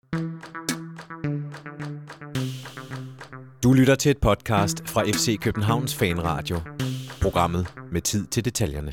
Du lytter til et podcast fra FC Københavns Fanradio. Programmet med tid til detaljerne.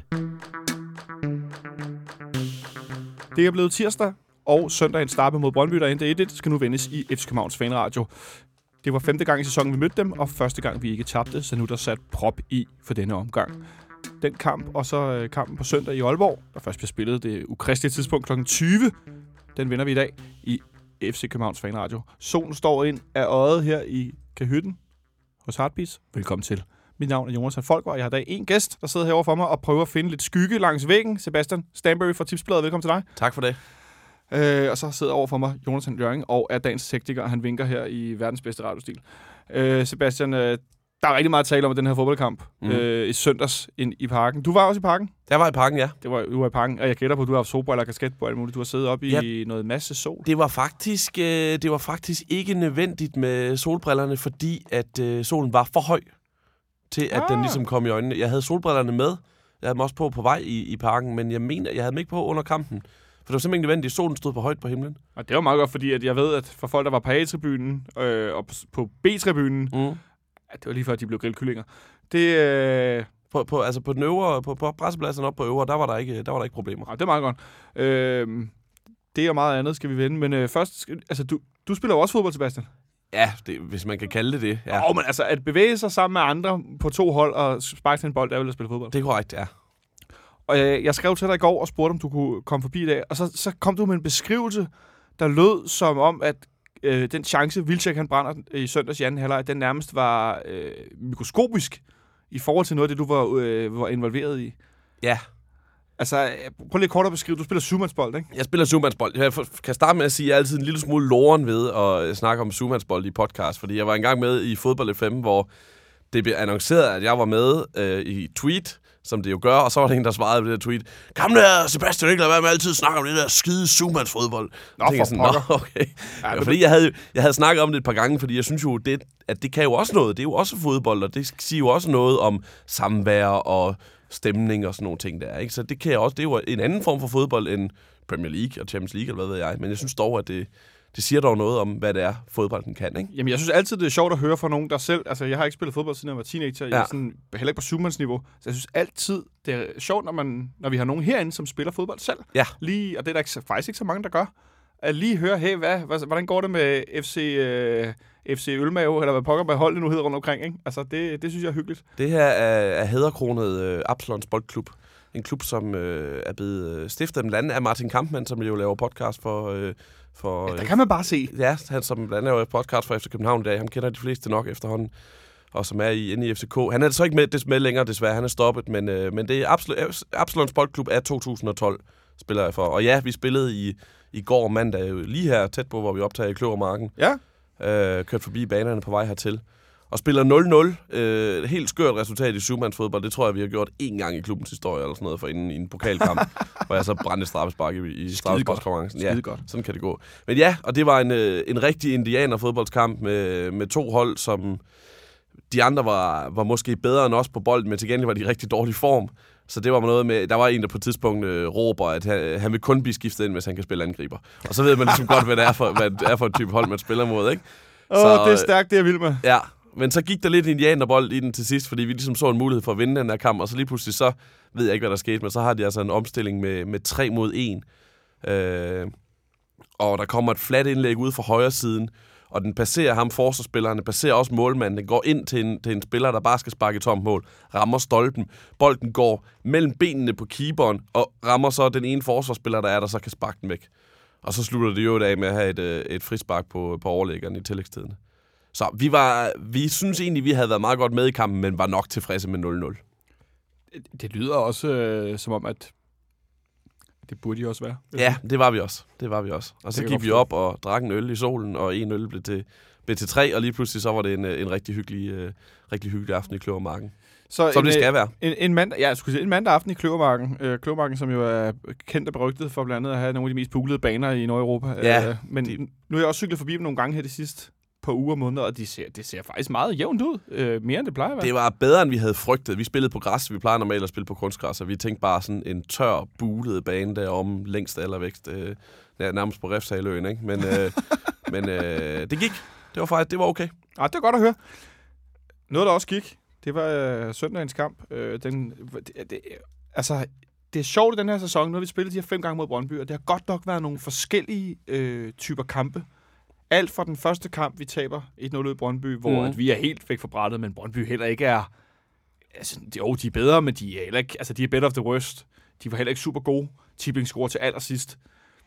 Det er blevet tirsdag, og søndagens start mod Brøndby, der endte 1-1, skal nu vendes i FC Københavns Fanradio. Det var 5. gang i sæsonen, vi mødte dem, og første gang, vi ikke tabte, så nu er der sat prop i for denne omgang. Den kamp, og så kampen på søndag i Aalborg, der først bliver spillet det ukristelige tidspunkt kl. 20, den vinder vi i dag i FC Københavns Fanradio. Solen står ind af øjet her i kahytten hos Heartbeats. Velkommen til. Mit navn er Jonas Folker, og jeg har i dag en gæst, der sidder herovre for mig og prøver at finde lidt skygge langs væggen. Sebastian Stanbury fra Tipsbladet. Velkommen til dig. Tak for det. Og så sidder over for mig Jonas Jørgen, og er dagens tekniker, og han vinker her i verdens bedste radiostil. Sebastian, der er rigtig meget at tale om den her fodboldkamp i søndags i parken. Du var også i parken? Jeg var i parken, ja. Du var i parken, og jeg gætter på, at du har haft solbriller og kasket på alt muligt. Du har siddet op i noget masse sol. Det var faktisk ikke nødvendigt med solbrillerne, fordi at solen var for høj til, at den ligesom kom i øjnene. Jeg havde solbrillerne med. Jeg havde dem også på vej i parken, men jeg mener, jeg havde dem ikke på under kampen. For det var simpelthen ikke nødvendigt, at solen stod for højt på himlen. Og det var meget godt, fordi at jeg ved, at for folk, der var på A-tribunen og på B-tribunen, det var lige før, at de blev grillkyllinger. Det... På den øvre, på pressepladsen op på øvre, der var der ikke problemer. Det er meget godt. Det og meget andet skal vi vende, men først, du spiller jo også fodbold, Sebastian. Ja, hvis man kan kalde det. Ja. Men altså, at bevæge sig sammen med andre på to hold og sparke til en bold, det er vel at spille fodbold. Det er korrekt, ja. Og jeg skrev til dig i går og spurgte, om du kunne komme forbi i dag, og så kom du med en beskrivelse, der lød som om, at den chance, Wilczek han brænder i søndags i anden halvleg, den nærmest var mikroskopisk i forhold til noget af det, du var involveret i. Ja. Altså, prøv lige kort at beskrive. Du spiller syvmandsbold, ikke? Jeg spiller syvmandsbold. Jeg kan starte med at sige, at jeg er altid en lille smule loren ved at snakke om syvmandsbold i podcast, fordi jeg var engang med i Fodbold FM, hvor det blev annonceret, at jeg var med i tweet, som det jo gør, og så var der en, der svarede på det der tweet. Kom der, Sebastian, ikke lade være med altid at snakke om det der skide syvmandsfodbold. Okay. Ja, fordi jeg havde snakket om det et par gange, fordi jeg synes jo, at det kan jo også noget. Det er jo også fodbold, og det siger jo også noget om samvær og stemning og sådan nogle ting der, ikke? Så det kan jeg også. Det er jo en anden form for fodbold end Premier League og Champions League, eller hvad ved jeg. Men jeg synes dog, at det siger dog noget om, hvad det er, fodbolden kan, ikke? Jamen, jeg synes altid, det er sjovt at høre fra nogen, der selv... Altså, jeg har ikke spillet fodbold, siden jeg var teenager. Jeg er sådan, heller ikke på syvmandsniveau. Så jeg synes altid, det er sjovt, når vi har nogen herinde, som spiller fodbold selv. Ja. Lige, og det er der faktisk ikke så mange, der gør. At lige høre, hey, hvordan går det med FC Ølmave, eller hvad pokker med holdet nu hedder rundt omkring, ikke? Altså, det synes jeg er hyggeligt. Det her er hæderkronet Absalons Boldklub. En klub, som er blevet stiftet blandt andet af Martin Kampmann, som jo laver podcast for der kan man bare se. Ja, han som blandt andet laver podcast for FC København i dag. Ham kender de fleste nok efterhånden, og som er inde i FCK. Han er så ikke med længere, desværre. Han er stoppet, men det er Absalons Boldklub af 2012, spiller jeg for. Og ja, vi spillede i går mandag, lige her tæt på, hvor vi optager i Kløvermarken. Ja. Kørt forbi banerne på vej hertil. Og spiller 0-0. Helt skørt resultat i syvmandsfodbold. Det tror jeg, vi har gjort én gang i klubbens historie, eller sådan noget, for inden i en pokalkamp, hvor jeg så brændte straffespark i straffesparkskonkurrencen. Ja, sådan kan det gå. Men ja, og det var en rigtig indianerfodboldskamp med to hold, som de andre var måske bedre end os på bolden, men til gengæld var de i rigtig dårlig form. Så det var noget med, der var en, der på et tidspunkt råber, at han vil kun blive skiftet ind, hvis han kan spille angriber. Og så ved man ligesom godt, hvad det er for et type hold, man spiller mod, ikke? Så, det er stærkt, det jeg vil med. Ja. Men så gik der lidt indianerbold i den til sidst, fordi vi ligesom så en mulighed for at vinde den her kamp, og så lige pludselig så ved jeg ikke, hvad der skete, men så har de altså en omstilling med 3 mod 1. Og der kommer et fladt indlæg ud fra højre siden, og den passerer ham, forsvarsspilleren, den passerer også målmanden, den går ind til en spiller, der bare skal sparke tomt mål, rammer stolpen, bolden går mellem benene på keeperen, og rammer så den ene forsvarsspiller, der så kan sparke den væk. Og så slutter det jo af med at have et frispark på overlæggeren i tillægstiden. Så vi synes egentlig, vi havde været meget godt med i kampen, men var nok tilfredse med 0-0. Det lyder også som om, at det burde de også være. Ja, det var vi også. Og så gik vi op og drak en øl i solen, og en øl blev til 3, og lige pludselig så var det en rigtig hyggelig aften i Kløvermarken. Som det skal være. En mandag aften i Kløvermarken. Kløvermarken, som jo er kendt og berygtet for blandt andet at have nogle af de mest pooglede baner i Nordeuropa. Ja, men nu har jeg også cyklet forbi dem nogle gange her de sidste par uger og måneder, og det ser faktisk meget jævnt ud. Mere end det plejer at være. Det var bedre, end vi havde frygtet. Vi spillede på græs. Vi plejer normalt at spille på kunstgræs, og vi tænkte bare sådan en tør, bulet bane derom længst allervækst. Nærmest på Refshaløen, ikke? Men det gik. Det var okay. Ja, det er godt at høre. Noget, der også gik, det var søndagens kamp. Det er sjovt i den her sæson. Nu har vi spillet de her 5 gange mod Brøndby, og det har godt nok været nogle forskellige typer kampe. Alt fra den første kamp, vi taber 1-0 ud i Brøndby, hvor at vi er helt væk fra brættet, men Brøndby heller ikke er... Altså, de er bedre, men de er heller ikke... Altså, de er better of the worst. De var heller ikke super gode. Tipping scorer til allersidst.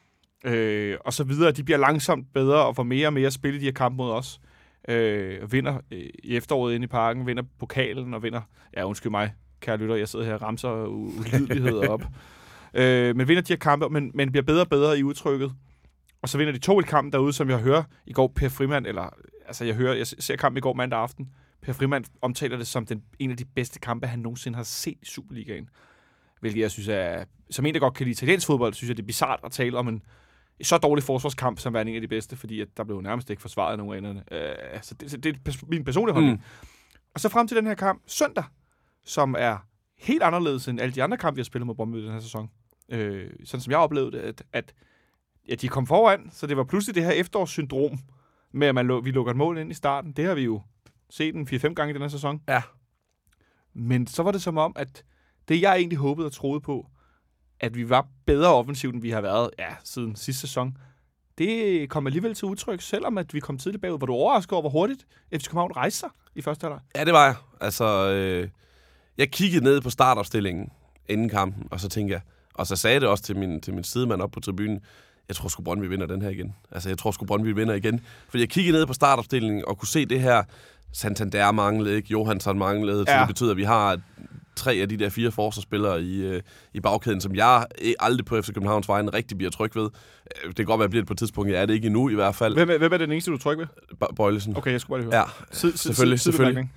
Og så videre. De bliver langsomt bedre og får mere og mere spil i de her kampe mod os. Vinder i efteråret inde i parken, vinder pokalen og vinder... Ja, undskyld mig, kære lytter, jeg sidder her og ramser ulideligheder op. Men vinder de her kampe, men bliver bedre og bedre i udtrykket. Og så vinder de 2 i kampen derude, som jeg hører i går, Per Frimand, jeg ser kampen i går mandag aften. Per Frimand omtaler det som en af de bedste kampe, han nogensinde har set i Superligaen. Hvilket jeg synes er, som en, der godt kan lide italiensk fodbold, synes jeg, det er bizart at tale om en så dårlig forsvarskamp, som var en af de bedste, fordi at der blev nærmest ikke forsvaret af nogen af enderne. Det er min personlige holdning. Og så frem til den her kamp søndag, som er helt anderledes end alle de andre kampe, vi har spillet mod Brøndby i den her sæson. Sådan som jeg oplevede det, at de kom foran, så det var pludselig det her efterårssyndrom med, at vi lukker et mål ind i starten. Det har vi jo set 4-5 gange i den her sæson. Ja. Men så var det som om, at det jeg egentlig håbede og troede på, at vi var bedre offensivt, end vi har været siden sidste sæson, det kom alligevel til udtryk, selvom at vi kom tidligt bagud. Var du overrasket over, hvor hurtigt FC København rejste sig i første halvleg? Ja, det var jeg. Altså, jeg kiggede ned på startopstillingen inden kampen, og så tænkte jeg, og så sagde det også til min sidemand op på tribunen, jeg tror sgu Brøndby vinder den her igen. Altså, jeg tror sgu Brøndby vinder igen. Fordi jeg kiggede ned på startopstillingen og kunne se det her. Santander manglede, ikke? Johansson manglede. Så det betyder, at vi har 3 af de der 4 forsvarsspillere i bagkæden, som jeg aldrig på FC Københavns vejen rigtig bliver tryg ved. Det kan godt være, at jeg bliver det på et tidspunkt. Jeg er det ikke endnu i hvert fald. Hvem er den eneste, du er tryg ved? Bøjlesen. Okay, jeg skulle bare høre. Ja, selvfølgelig.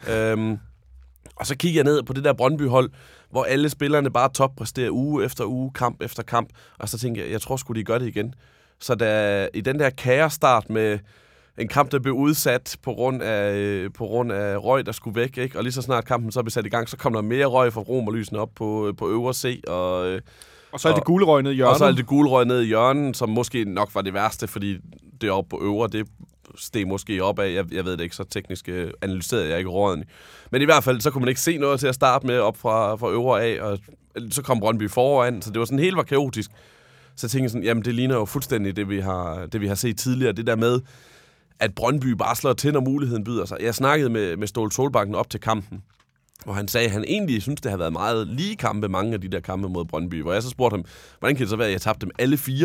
Og så kigger jeg ned på det der Brøndby-hold, hvor alle spillerne bare toppræsterer uge efter uge, kamp efter kamp. Og så tænker jeg tror sgu, de gør det igen. Så i den der kaosstart med en kamp, der blev udsat på grund af røg, der skulle væk, ikke? Og lige så snart kampen så blev sat i gang, så kom der mere røg fra romerlysene op på øvre C. Og så er det gule røg ned i hjørnet. Og så er det gule røg ned i hjørnet, som måske nok var det værste, fordi det oppe på øvre, det steg måske op af. Jeg ved det ikke, så teknisk analyserede jeg ikke råden. Men i hvert fald, så kunne man ikke se noget til at starte med op fra øvre af, og så kom Brøndby foran, så det var sådan helt var kaotisk. Så jeg tænkte sådan, jamen det ligner jo fuldstændig det, vi har set tidligere. Det der med, at Brøndby bare slår til, når muligheden byder sig. Jeg snakkede med Ståle Solbakken op til kampen, hvor han sagde, at han egentlig synes, det har været meget lige kampe, mange af de der kampe mod Brøndby. Hvor jeg så spurgte ham, hvordan kan det så være, at jeg tabte dem alle 4?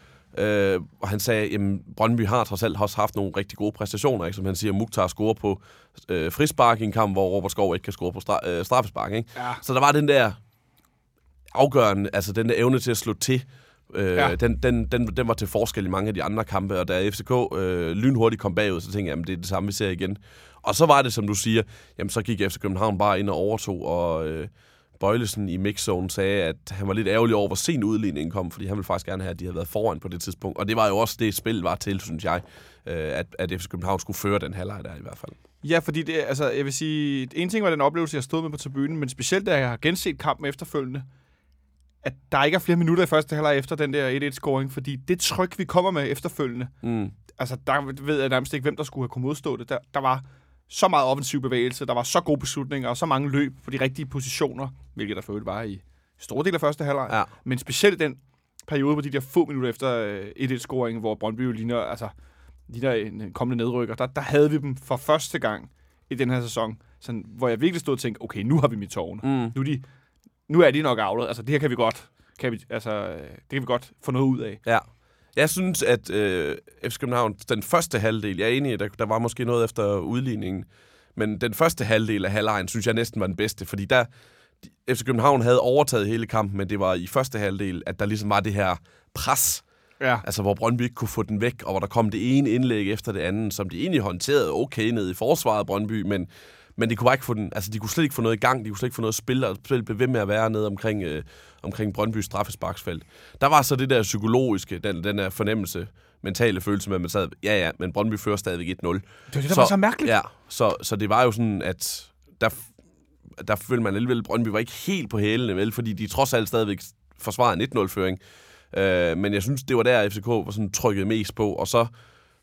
Og han sagde, at Brøndby har trods alt også haft nogle rigtig gode præstationer, ikke? Som han siger, Mukhtar scorer på frispark i en kamp, hvor Robert Skov ikke kan score på straffespark. Ikke? Ja. Så der var den der afgørende, altså den der evne til at slå til. Den var til forskel i mange af de andre kampe, og da FCK lynhurtigt kom bagud, så tænkte jeg, det er det samme, vi ser igen. Og så var det, som du siger, jamen så gik FC København bare ind og overtog, og Bøjlesen i mixzone sagde, at han var lidt ærgerlig over, hvor sent udligningen kom, fordi han ville faktisk gerne have, at de havde været foran på det tidspunkt. Og det var jo også det, spil var til, synes jeg, at FC København skulle føre den halvleg der i hvert fald. Ja, fordi det, altså, jeg vil sige, en ting var den oplevelse, jeg stod med på tribunen, men specielt da jeg har genset kampen efterfølgende, at der ikke er flere minutter i første halvleg efter den der 1-1-scoring, fordi det tryk, vi kommer med efterfølgende, altså der ved jeg nærmest ikke, hvem der skulle have kunnet modstå det. Der var så meget offensiv bevægelse, der var så gode beslutninger, og så mange løb på de rigtige positioner, hvilket der for øvrigt var i store del af første halvleg. Ja. Men specielt den periode på de der få minutter efter 1-1-scoringen, hvor Brøndby jo ligner en kommende nedrykker, der havde vi dem for første gang i den her sæson, sådan, hvor jeg virkelig stod og tænkte, okay, nu har vi mit tårne. Nu er de nok outet. Altså, det her kan vi godt få noget ud af. Ja. Jeg synes, at FC København, den første halvdel, jeg er enig, der var måske noget efter udligningen, men den første halvdel af halvlegen, synes jeg næsten var den bedste, fordi der FC København havde overtaget hele kampen, men det var i første halvdel, at der ligesom var det her pres, altså hvor Brøndby ikke kunne få den væk, og hvor der kom det ene indlæg efter det andet, som de egentlig håndterede okay ned i forsvaret Brøndby, men de kunne bare ikke få den, altså de kunne slet ikke få noget i gang, de kunne slet ikke få noget spil, og spil blev ved med at være nede omkring Brøndbys straffesparksfelt. Der var så det der psykologiske, den der fornemmelse, mentale følelse med, at man sad, men Brøndby fører stadigvæk 1-0. Det var det, der var så mærkeligt. Ja, så det var jo sådan, at der følte man alligevel, at Brøndby var ikke helt på hælene, vel, fordi de trods alt stadigvæk forsvarede en 1-0-føring. Men jeg synes, det var der, FCK var sådan trykket mest på, og så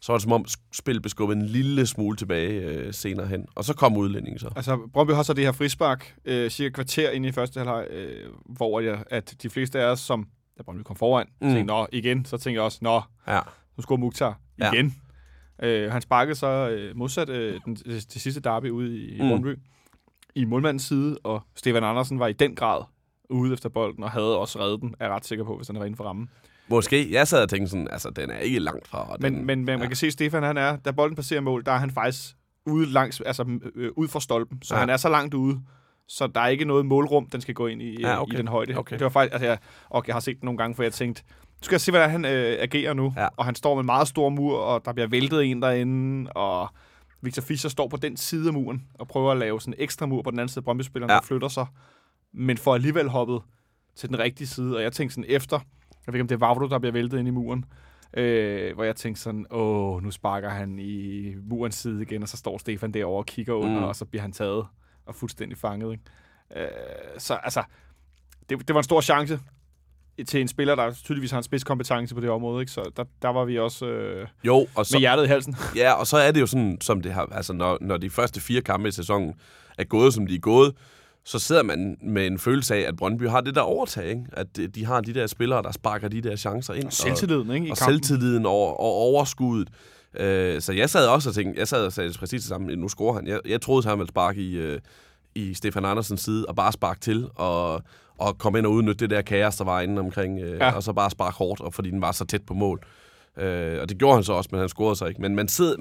Så var det som om spillet blev skubbet en lille smule tilbage senere hen. Og så kom udlændingen så. Altså, Brøndby har så det her frispark, cirka kvarter inde i første halvleg, hvor at de fleste af os, som da Brøndby kom foran, tænkte, nå, igen. Så tænkte jeg også, nu scorer Mukhtar igen. Han sparkede så modsat det sidste derby ude i Brøndby i målmandens side, og Stefan Andersen var i den grad ude efter bolden, og havde også reddet den, er jeg ret sikker på, hvis han var inde for rammen. Måske. Jeg sad og tænkte sådan, altså, den er ikke langt fra. Men man kan se, at Stefan, da bolden passerer mål, der er han faktisk ude langs, ud fra stolpen. Så han er så langt ude, så der er ikke noget målrum, den skal gå ind i den højde. Okay. Det var faktisk, jeg har set det nogle gange, for jeg tænkte, du skal se, hvordan han agerer nu. Ja. Og han står med en meget stor mur, og der bliver væltet en derinde, og Victor Fischer står på den side af muren, og prøver at lave sådan en ekstra mur på den anden side af Brøndby-spilleren, der flytter sig, men får alligevel hoppet til den rigtige side. Og jeg tænkte sådan efter, jeg ved ikke, om det er Vavro, der bliver væltet ind i muren, hvor jeg tænkte sådan, nu sparker han i murens side igen, og så står Stefan derovre og kigger under, og så bliver han taget og fuldstændig fanget. Ikke? Så altså, det var en stor chance til en spiller, der tydeligvis har en spidskompetence på det område, ikke? Så der var vi også og så, med hjertet i halsen. Ja, og så er det jo sådan, som det har, altså når de første 4 kampe i sæsonen er gået, som de er gået, så sidder man med en følelse af, at Brøndby har det der overtag, ikke? At de har de der spillere, der sparker de der chancer ind. Og selvtilliden, ikke? Og selvtilliden og overskuddet. Så jeg sad også og tænkte, sagde præcis det samme, nu scorer han. Jeg troede, han ville sparke i Stefan Andersens side, og bare sparke til, og komme ind og udnytte det der kaos, der var inde omkring, og så bare sparke hårdt, og fordi den var så tæt på mål. Og det gjorde han så også, men han scorede sig ikke. Men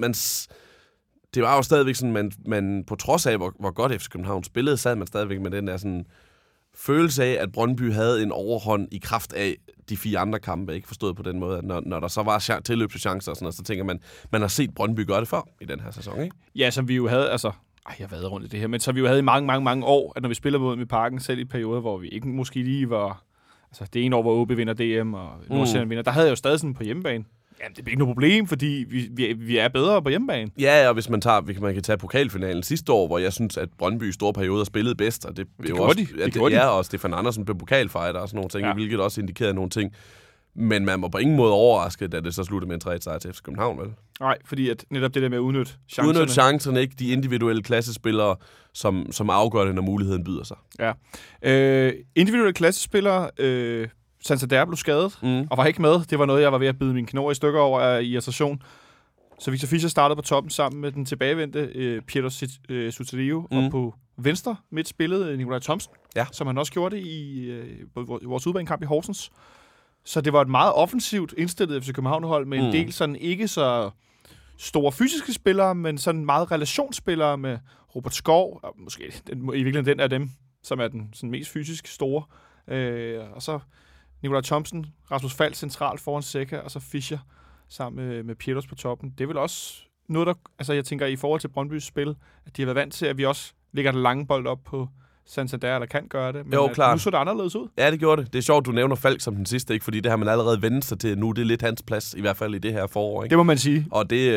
det var jo stadigvæk sådan, man på trods af, hvor godt FC København spillede, sad man stadigvæk med den der sådan følelse af, at Brøndby havde en overhånd i kraft af de 4 andre kampe, ikke forstået på den måde, at når der så var tilløbschancer og sådan noget, så tænker man har set Brøndby gøre det før i den her sæson, ikke? Ja, som vi jo havde, jeg har været rundt i det her, men som vi jo havde i mange år, at når vi spiller mod dem i Parken, selv i perioder, hvor vi ikke måske lige var, altså det ene år, hvor OB vinder DM, og Nordsjælland vinder, der havde jeg jo stadig sådan på hjemmebane. Jamen, det er ikke noget problem, fordi vi er bedre på hjemmebane. Ja, og hvis man kan tage pokalfinalen sidste år, hvor jeg synes, at Brøndby i store perioder spillede bedst, og det gjorde de. Ja, og Stefan Andersen blev pokalfighter og sådan nogle ting, hvilket også indikerede nogle ting. Men man var på ingen måde overrasket, da det så sluttede med en 3-1-sejr til FC København, vel? Nej, fordi at netop det der med at udnytte chancerne. Udnytte chancerne, ikke? De individuelle klassespillere, som afgør det, når muligheden byder sig. Ja. Individuelle klassespillere... Santander blev skadet, og var ikke med. Det var noget, jeg var ved at bide mine knor i stykker over i irritation. Så Victor Fischer startede på toppen sammen med den tilbagevendte Pietro Suterio, og på venstre midt spillede Nikolaj Thomsen, som han også gjorde det i vores udbanekamp i Horsens. Så det var et meget offensivt indstillet FC København-hold med en del sådan ikke så store fysiske spillere, men sådan meget relationsspillere med Robert Skov, og måske i virkeligheden den af dem, som er den sådan mest fysisk store. Og så Nikolaj Thomsen, Rasmus Falk centralt foran Sækker, og så Fischer sammen med Pieters på toppen. Det er vel også noget, der... Altså, jeg tænker, i forhold til Brøndbys spil, at de har været vant til, at vi også lægger den lange bold op på Santander, der kan gøre det. Men jo, klart. Nu så det anderledes ud. Ja, det gjorde det. Det er sjovt, du nævner Falk som den sidste, ikke? Fordi det har man allerede vendt sig til nu. Det er lidt hans plads, i hvert fald i det her forår, ikke? Det må man sige. Og det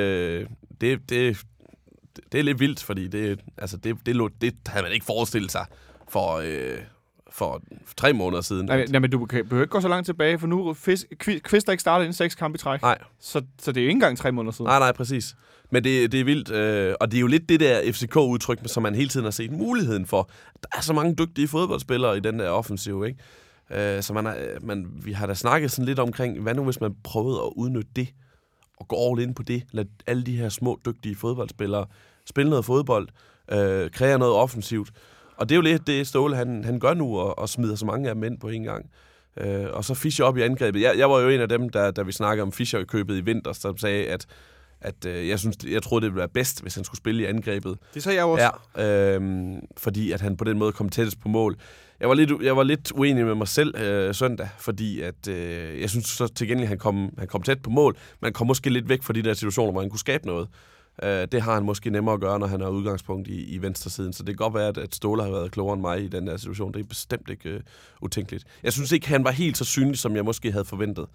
er lidt vildt, fordi det havde man ikke forestillet sig for 3 måneder siden. Nej, men du behøver ikke gå så langt tilbage, for nu Kvist der ikke startet inden 6 kampe i træk. Nej. Så det er jo ikke engang 3 måneder siden. Nej, præcis. Men det er vildt, og det er jo lidt det der FCK-udtryk, som man hele tiden har set muligheden for. Der er så mange dygtige fodboldspillere i den der offensiv, ikke? Så vi har da snakket sådan lidt omkring, hvad nu hvis man prøvede at udnytte det, og gå all in på det, lade alle de her små, dygtige fodboldspillere spille noget fodbold, kreere noget offensivt. Og det er jo lidt det, Ståle han gør nu, og smider så mange af dem ind på en gang. Og så Fischer op i angrebet. Jeg var jo en af dem, da vi snakkede om Fischer i købet i vinter, som sagde, at jeg troede, det ville være bedst, hvis han skulle spille i angrebet. Det sagde jeg også. Ja, fordi at han på den måde kom tættest på mål. Jeg var lidt uenig med mig selv søndag, fordi at, jeg synes så til gengæld, han kom tæt på mål, men kom måske lidt væk fra de der situationer, hvor han kunne skabe noget. Det har han måske nemmere at gøre, når han har udgangspunkt i venstresiden. Så det kan godt være, at Ståle har været klogere end mig i den der situation. Det er bestemt ikke utænkeligt. Jeg synes ikke, han var helt så synlig, som jeg måske havde forventet.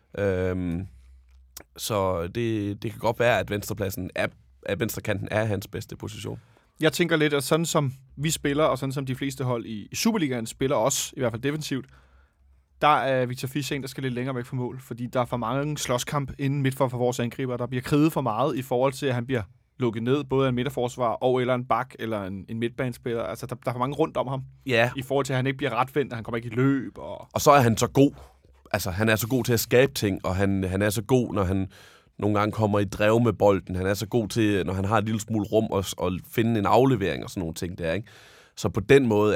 Så det kan godt være, at venstrepladsen af venstrekanten er hans bedste position. Jeg tænker lidt, at sådan som vi spiller, og sådan som de fleste hold i Superligaen spiller også, i hvert fald defensivt, der er Victor Fischer en, der skal lidt længere væk fra mål, fordi der er for mange slåskamp inden midt for vores angriber. Der bliver kriget for meget i forhold til, at han bliver lukket ned, både af en midterforsvar og eller en bak eller en midtbanespiller. Altså, der er for mange rundt om ham. Ja. I forhold til, at han ikke bliver retvendt, han kommer ikke i løb. Og så er han så god. Altså, han er så god til at skabe ting, og han er så god, når han nogle gange kommer i drev med bolden. Han er så god til, når han har et lille smule rum, og finde en aflevering og sådan nogle ting der, ikke? Så på den måde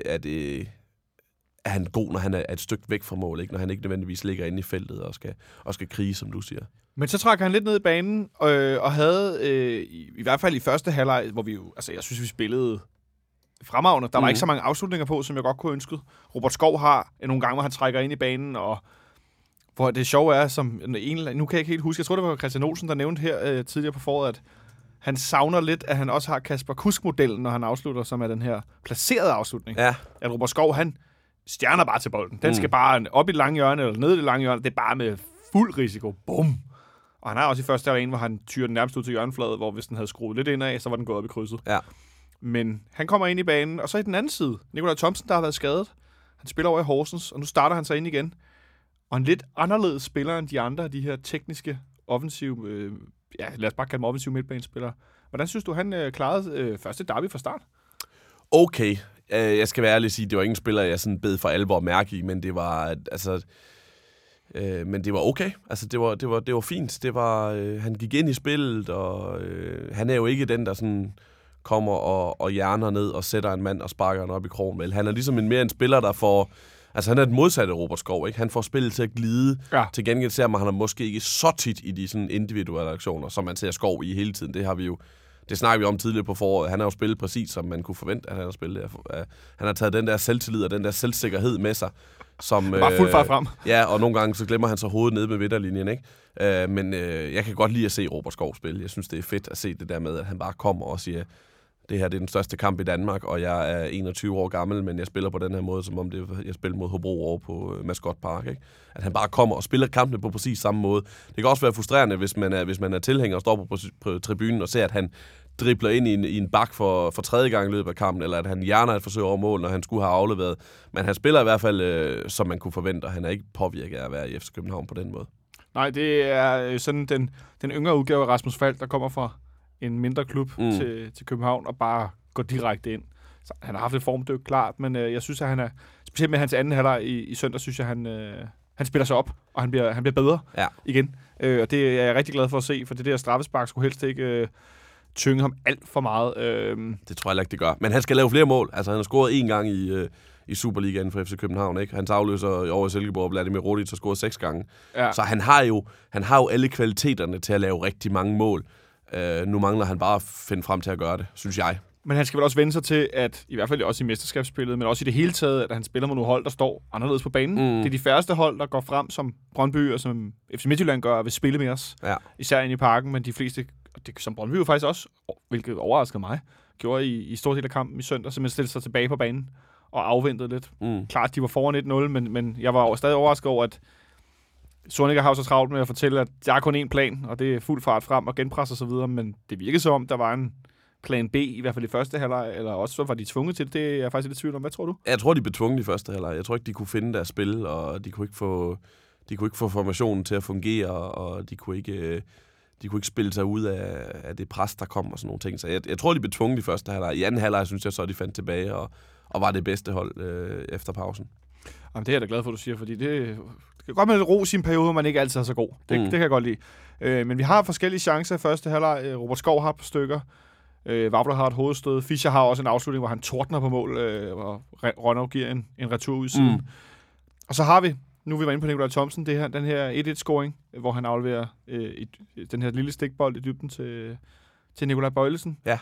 er han god, når han er et stykke væk fra mål, ikke? Når han ikke nødvendigvis ligger inde i feltet og skal krige, som du siger. Men så trækker han lidt ned i banen, og havde i hvert fald i første halvleg, hvor vi jo, altså jeg synes, vi spillede fremragende. Der var ikke så mange afslutninger på, som jeg godt kunne ønske. Robert Skov har nogle gange, hvor han trækker ind i banen, og hvor det sjove er, som nu kan jeg ikke helt huske, jeg tror, det var Christian Olsen, der nævnte her tidligere på foråret, at han savner lidt, at han også har Kasper Kusk-modellen, når han afslutter, som er den her placerede afslutning. Ja. At Robert Skov, han stjerner bare til bolden. Den skal bare op i det lange hjørne, eller ned i det lange hjørne. Det er bare med fuld risiko. Bum! Og han har også i første halvleg en, hvor han tyrer den nærmest ud til hjørnefladet, hvor hvis den havde skruet lidt indad, så var den gået op i krydset. Ja. Men han kommer ind i banen, og så i den anden side, Nikolaj Thomsen, der har været skadet. Han spiller over i Horsens, og nu starter han så ind igen. Og en lidt anderledes spiller end de andre, de her tekniske, offensive, lad os bare kalde dem offensive midtbanespillere. Hvordan synes du, han klarede første derby fra start? Okay. Jeg skal være ærlig at sige, det var ingen spiller, jeg sådan bed for alvor mærke i, men det var, men det var okay. Altså, det var fint. Det var, han gik ind i spillet, og han er jo ikke den, der sådan kommer og hjerner ned og sætter en mand og sparker han op i krogen. Vel? Han er ligesom mere en spiller, der får... Altså, han er et modsatte Robert Skov, ikke? Han får spillet til at glide. Ja. Til gengæld ser man, han er måske ikke så tit i de sådan individuelle aktioner, som man ser Skov i hele tiden. Det snakker vi om tidligere på foråret. Han har jo spillet præcis, som man kunne forvente, at han har spillet. Han har taget den der selvtillid og den der selvsikkerhed med sig. Som, bare fuld fart frem. Ja, og nogle gange så glemmer han så hovedet nede med midterlinjen, ikke? Men jeg kan godt lide at se Robert Skov spille. Jeg synes, det er fedt at se det der med, at han bare kommer og siger, det her det er den største kamp i Danmark, og jeg er 21 år gammel, men jeg spiller på den her måde, som om jeg spiller mod Hobro over på Mascot Park, ikke? At han bare kommer og spiller kampene på præcis samme måde. Det kan også være frustrerende, hvis man er tilhænger og står på tribunen og ser, at han dribler ind i en bak for tredje gang i løbet af kampen, eller at han hjerner et forsøg over mål, når han skulle have afleveret. Men han spiller i hvert fald, som man kunne forvente, og han er ikke påvirket af at være i FC København på den måde. Nej, det er sådan den yngre udgave af Rasmus Falk, der kommer fra en mindre klub til København og bare går direkte ind. Så han har haft et formdyk, klart, men jeg synes, at han er, specielt med hans anden halvleg i søndag, synes jeg, han spiller sig op, og han bliver bedre igen. Og det er jeg rigtig glad for at se, for det der straffespark skulle helst ikke tynge ham alt for meget. Det tror jeg ikke, det gør. Men han skal lave flere mål. Altså, han har scoret 1 gang i Superligaen for FC København, ikke? Hans afløser over i Silkeborg, Vladimir Rodic, har scoret 6 gange. Ja. Så han har jo alle kvaliteterne til at lave rigtig mange mål. Nu mangler han bare at finde frem til at gøre det, synes jeg. Men han skal vel også vende sig til, at i hvert fald også i mesterskabsspillet, men også i det hele taget, at han spiller med nogle hold, der står anderledes på banen. Det er de færreste hold, der går frem, som Brøndby og som FC Midtjylland gør, vil spille med os. Ja. Især inde i parken, men de fleste, det, som Brøndby jo faktisk også, hvilket overraskede mig, gjorde i stor del af kampen i søndag, simpelthen stillede sig tilbage på banen og afventede lidt. Klart, de var foran 1-0, men jeg var stadig overrasket over, at Zorniger har så travlt med at fortælle, at der er kun én plan, og det er fuld fart frem og genpres og så videre, men det virkede som om, der var en plan B, i hvert fald i første halvleg, eller også så var de tvunget til det. Det er jeg faktisk lidt i tvivl om. Hvad tror du? Jeg tror, de blev tvunget i første halvleg. Jeg tror ikke, de kunne finde deres spil, og de kunne ikke få formationen til at fungere, og de kunne ikke spille sig ud af det pres, der kom og sådan nogle ting. Så jeg tror, de blev tvunget i første halvleg. I anden halvleg, synes jeg så, de fandt tilbage, og var det bedste hold efter pausen. Jamen, det er jeg da glad for, du siger, fordi det kan godt med lidt ros i en periode, hvor man ikke altid er så god. Det kan jeg godt lide. Men vi har forskellige chancer i første halvleg. Robert Skov har et par stykker. Vavler har et hovedstød. Fischer har også en afslutning, hvor han tordner på mål, og Rønnow giver en retur ud i siden. Og så har vi, nu er vi inde på Nikolaj Thomsen, den her 1-1-scoring, hvor han afleverer den her lille stikbold i dybden til Nikolaj Bøjlesen. Ja.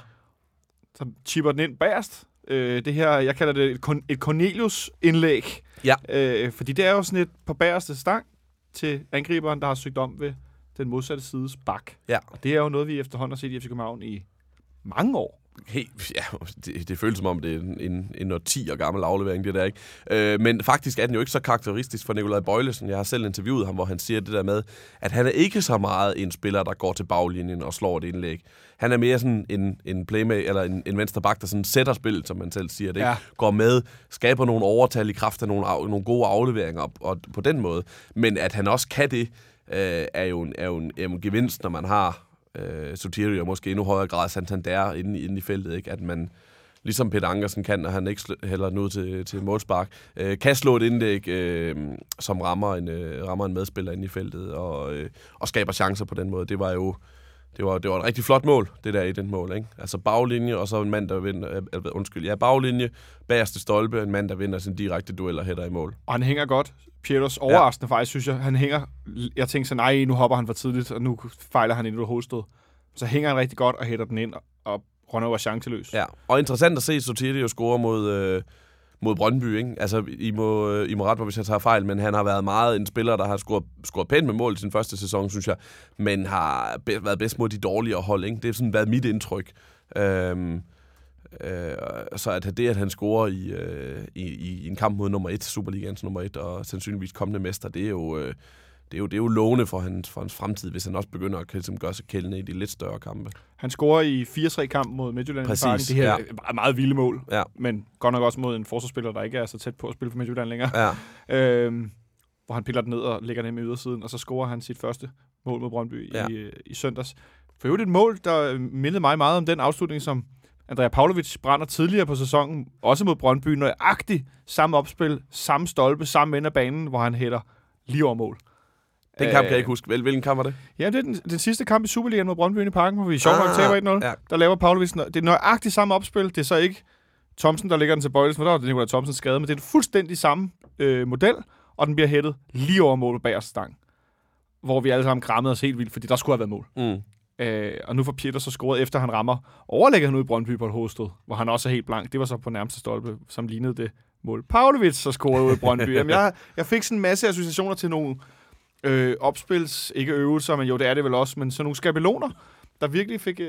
Så chipper den ind bagerst. Det her, jeg kalder det et Cornelius-indlæg. Ja. Fordi det er jo sådan et på bagerste stang til angriberen, der har søgt om ved den modsatte sides bak. Ja. Og det er jo noget, vi efterhånden har set i FC København i mange år. Det føles som om, det er en 10 år gammel aflevering, det der, ikke? Men faktisk er den jo ikke så karakteristisk for Nikolaj Bøjlesen. Jeg har selv interviewet ham, hvor han siger det der med, at han er ikke så meget en spiller, der går til baglinjen og slår et indlæg. Han er mere sådan en playmaker, eller en venstre bak, der sådan sætter spillet, som man selv siger. Det, ikke? Går med, skaber nogle overtal i kraft af nogle gode afleveringer, og på den måde. Men at han også kan det, er jo en gevinst, når man har Sotirio og måske endnu højere grad Santander inde i feltet, ikke? At man, ligesom Peter Ankersen kan, når han ikke hælder den ud til målspark, kan slå et indlæg, som rammer en medspiller inde i feltet, og skaber chancer på den måde. Det var et rigtig flot mål, det der i den mål, ikke? Altså baglinje, og så en mand, der vinder... baglinje, bagerste stolpe, en mand, der vinder sin direkte duel og hætter i mål. Og han hænger godt. Pieters overraskende faktisk, synes jeg. Han hænger... Jeg tænkte så, nej, nu hopper han for tidligt, og nu fejler han ind i hovedstød. Så hænger han rigtig godt og hætter den ind, og runder over chanceløs. Ja, og interessant at se Sotirio score mod Brøndby, ikke? Altså, I må rette mig, hvis jeg tager fejl, men han har været meget en spiller, der har scoret pænt med mål i sin første sæson, synes jeg, men har været bedst mod de dårligere hold, ikke? Det har sådan været mit indtryk. Så at han scorer i en kamp mod nummer 1, Superligans nummer 1, og sandsynligvis kommende mester, det er jo lovende for hans fremtid, hvis han også begynder at gøre sig kældende i de lidt større kampe. Han scorer i 4-3-kamp mod Midtjylland i Parken. Det her er meget vilde mål, men godt nok også mod en forsvarsspiller, der ikke er så tæt på at spille for Midtjylland længere. Ja. Hvor han piller den ned og lægger den med ydersiden, og så scorer han sit første mål mod Brøndby i søndags. For øvrigt et mål, der mindede mig meget om den afslutning, som Andrea Pavlovic brænder tidligere på sæsonen, også mod Brøndby, nøjagtigt samme opspil, samme stolpe, samme ende af banen, hvor han hætter lige over mål. Den kamp kan jeg ikke huske. Hvilken kamp var det? Ja, det er den sidste kamp i Superligaen mod Brøndby i Parken, hvor vi sjovt nok taber 1-0. Ja. Der laver Pavlovic. Det er nøjagtigt samme opspil. Det er så ikke Thomsen, der lægger den til Bøjlesen, for der var det Nikolaj Thomsens skade, men det er fuldstændig samme model, og den bliver hættet lige over mål bagerste stang, hvor vi alle sammen krammede os helt vildt, fordi der skulle have været mål. Og nu får Pieter så scoret, efter han rammer, overlægger han ud i Brøndby på et hovedstød, hvor han også er helt blank. Det var så på nærmeste stolpe, som lignede det mål. Pavlovic så scorede ud i Brøndby. Jamen, jeg fik sådan en masse associationer til nogle opspils, ikke øvelser, men jo, det er det vel også, men sådan nogle skabeloner, der virkelig fik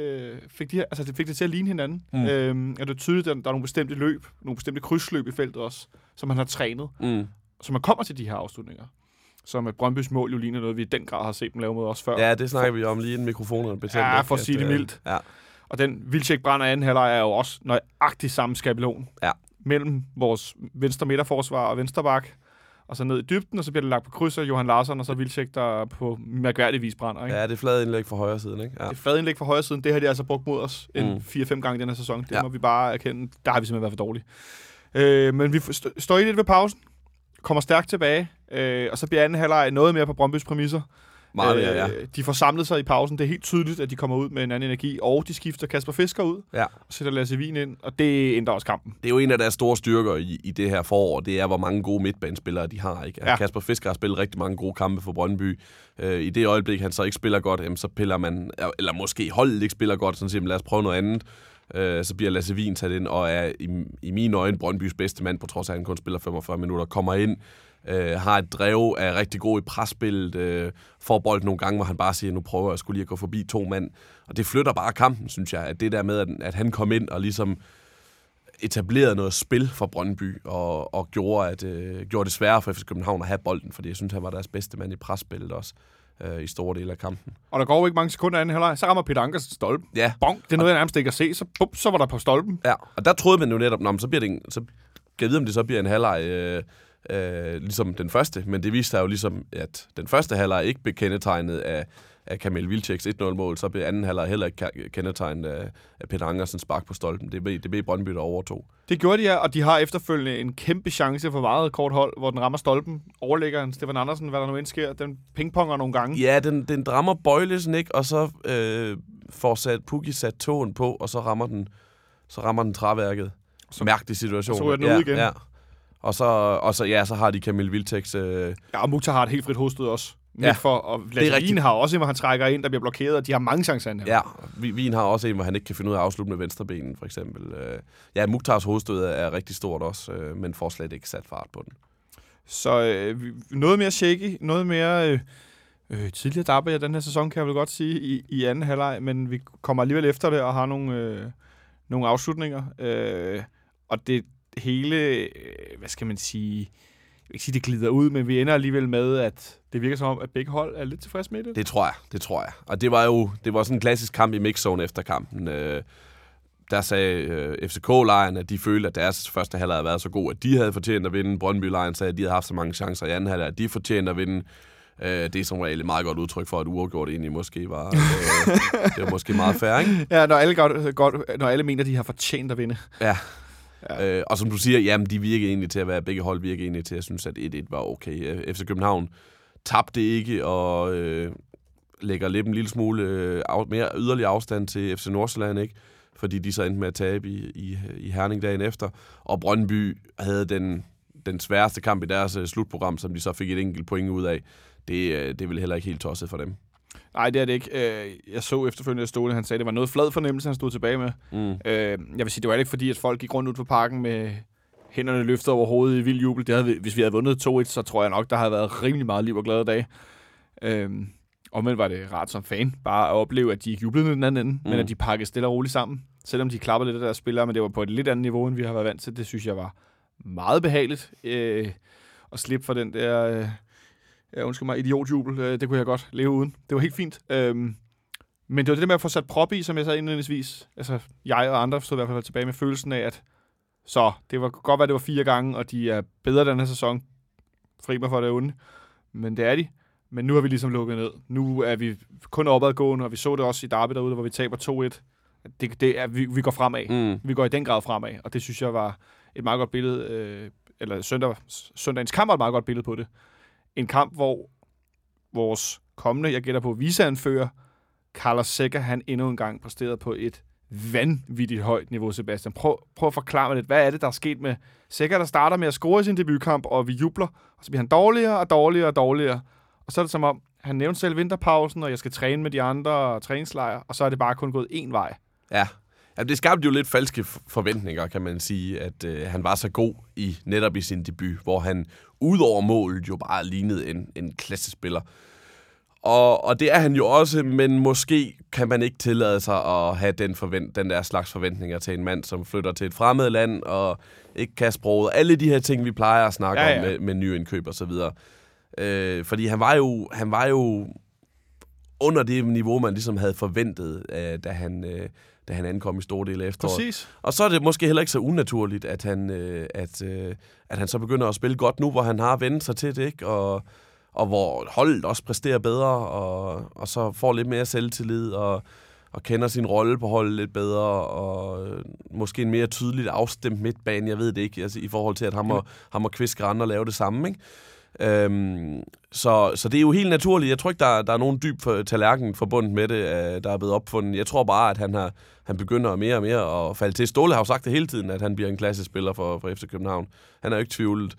det til at ligne hinanden. Er det tydeligt, at der er nogle bestemte løb, nogle bestemte krydsløb i feltet også, som man har trænet, så man kommer til de her afslutninger. Som at Brøndbys mål jo ligner noget, vi i den grad har set dem lave mod os før. Ja, det snakker vi om lige inden mikrofonerne betændte. Ja, for at sige det mildt. Ja. Og den Wilczek brænder anden halvleg er jo også nøjagtig samme skabelon. Ja. Mellem vores venstre midterforsvar og venstre bak, og så ned i dybden, og så bliver det lagt på kryds af Johan Larsson, og så Wilczek, der på mærkværdig vis brænder. Ikke? Ja, det er flade indlæg fra højre siden, ikke? Ja. Det er flade indlæg fra højre siden. Det har de altså brugt mod os 4-5 gange i den her sæson. Det må vi bare erkende. Der har vi simpelthen været for dårlige. Men vi står i lidt ved pausen, kommer stærkt tilbage, og så bliver anden halvleg noget mere på Brøndbys præmisser. De får samlet sig i pausen. Det er helt tydeligt, at de kommer ud med en anden energi, og de skifter Kasper Fisker ud, og sætter Lasse Wien ind, og det ændrer også kampen. Det er jo en af deres store styrker i det her forår, det er, hvor mange gode midtbanespillere de har. Ikke? Ja. Kasper Fisker har spillet rigtig mange gode kampe for Brøndby. I det øjeblik, han så ikke spiller godt, så piller man, eller måske holdet ikke spiller godt, sådan siger, lad os prøve noget andet. Så bliver Lasse Wien taget ind, og er i mine øjne Brøndbys bedste mand, på trods af, at han kun spiller 45 minutter, kommer ind, har et drev, er rigtig god i presspillet, får bolden nogle gange, hvor han bare siger, nu prøver jeg skulle lige at gå forbi 2 mand. Og det flytter bare kampen, synes jeg, at det der med, at han kom ind og ligesom etablerede noget spil for Brøndby, og gjorde det sværere for FC København at have bolden, fordi jeg synes, han var deres bedste mand i presspillet også. I store dele af kampen. Og der går jo ikke mange sekunder anden halvleg, så rammer Peter Ankersen stolpen. Ja. Bong, det er noget, jeg nærmest ikke kan se, så var der på stolpen. Ja, og der troede man jo netop, så bliver det så kan jeg vide, om det så bliver en halvleg ligesom den første, men det viste sig jo ligesom, at den første halvleg ikke blev kendetegnet af Kamil Wilczeks 1-0-mål, så blev anden halvleg heller ikke kendetegnet af Peter Ankersens spark på stolpen. Det blev Brøndby, der overtog. Det gjorde de, og de har efterfølgende en kæmpe chance for meget kort hold, hvor den rammer stolpen, overlægger Stefan Andersen, hvad der nu end sker. Den pingponger nogle gange. Ja, den rammer Bøjlesen, ikke? Og så får Pukki sat tåen på, og så rammer den træværket. Mærkelig situation. Så ryger den ud igen. Ja. Og så har de Kamil Wilczeks... Ja, og Mukhtar har et helt frit hovedstød også. Og Wien har også en, hvor han trækker ind, der bliver blokeret, og de har mange chancer. Ja, Wien har også en, hvor han ikke kan finde ud af at afslutte med venstrebenen, for eksempel. Muktars hovedstød er rigtig stort også, men får slet ikke sat fart på den. Så noget mere shaky, noget mere tidligere derby i den her sæson, kan jeg vel godt sige, i anden halvleg, men vi kommer alligevel efter det og har nogle afslutninger. Og det hele, hvad skal man sige, jeg vil ikke sige, det glider ud, men vi ender alligevel med, at det virker som om, at begge hold er lidt tilfredse med det. Det tror jeg. Og det var sådan en klassisk kamp i mixzone efter kampen. Der sagde FCK-lejren, at de følte, at deres første halvleg havde været så god, at de havde fortjent at vinde. Brøndby-lejren sagde, at de havde haft så mange chancer i anden halvleg, at de fortjente at vinde. Det er som regel et meget godt udtryk for, at uafgjort egentlig måske var, det var måske meget fair, ikke? Ja, når alle mener, at de har fortjent at vinde. Ja. Og som du siger, jamen de virker egentlig til at være, begge hold virker egentlig til at synes, at 1-1 var okay. FC København tabte ikke og lægger lidt en lille smule mere yderligere afstand til FC Nordsjælland, ikke? Fordi de så endte med at tabe i Herning dagen efter. Og Brøndby havde den sværeste kamp i deres slutprogram, som de så fik et enkelt point ud af. Det er vel heller ikke helt tosset for dem. Nej, det er det ikke. Jeg så efterfølgende Ståle, han sagde, at det var noget flad fornemmelse, han stod tilbage med. Jeg vil sige, det var ikke fordi, at folk gik rundt ud på parken med hænderne løftet over hovedet i vild jubel. Det havde, hvis vi havde vundet 2-1, så tror jeg nok, der havde været rimelig meget liv og glade dage. Omvendt var det rart som fan, bare at opleve, at de ikke jublede den anden ende, men at de pakkede stille og roligt sammen. Selvom de klappede lidt af deres spillere, men det var på et lidt andet niveau, end vi har været vant til. Det synes jeg var meget behageligt at slippe for den der... idiotjubel. Det kunne jeg godt leve uden. Det var helt fint. Men det var det der med at få sat prop i, som jeg sagde indledningsvis. Altså, jeg og andre stod i hvert fald tilbage med følelsen af, at så, det var godt være, det var 4 gange, og de er bedre den her sæson. Fri mig for det onde. Men det er de. Men nu har vi ligesom lukket ned. Nu er vi kun opadgående, og vi så det også i Derby derude, hvor vi taber 2-1. Vi går fremad. Vi går i den grad fremad, og det synes jeg var et meget godt billede. Søndagens kamp var et meget godt billede på det. En kamp, hvor vores kommende, jeg gætter på, viceanfører, Carlos Seca, han endnu en gang præsterede på et vanvittigt højt niveau, Sebastian. Prøv at forklare mig lidt, hvad er det, der er sket med Seca, der starter med at score i sin debutkamp, og vi jubler, og så bliver han dårligere og dårligere og dårligere. Og så er det som om, han nævnte selv vinterpausen, og jeg skal træne med de andre træningslejre, og så er det bare kun gået én vej. Ja. Det skabte jo lidt falske forventninger, kan man sige, at han var så god netop i sin debut, hvor han ud over målet jo bare lignede en klassespiller. Og det er han jo også, men måske kan man ikke tillade sig at have den der slags forventninger til en mand, som flytter til et fremmed land og ikke kan sproget. Alle de her ting, vi plejer at snakke om med nyindkøb og så videre. Fordi han var jo under det niveau, man ligesom havde forventet, da han ankom i store dele af efteråret. Præcis. Og så er det måske heller ikke så unaturligt, at han så begynder at spille godt nu, hvor han har vendt sig til det, ikke? Og hvor holdet også præsterer bedre, og så får lidt mere selvtillid, og kender sin rolle på holdet lidt bedre, og måske en mere tydeligt afstemt midtbane, jeg ved det ikke, altså, i forhold til, at ham og Kvist Grande lave det samme, ikke? Så det er jo helt naturligt. Jeg tror ikke, der er nogen dyb tallerken forbundet med det, der er blevet opfundet. Jeg tror bare, at han begynder mere og mere at falde til. Ståle har jo sagt det hele tiden, at han bliver en klassespiller for FC København. Han er jo ikke tvivlet.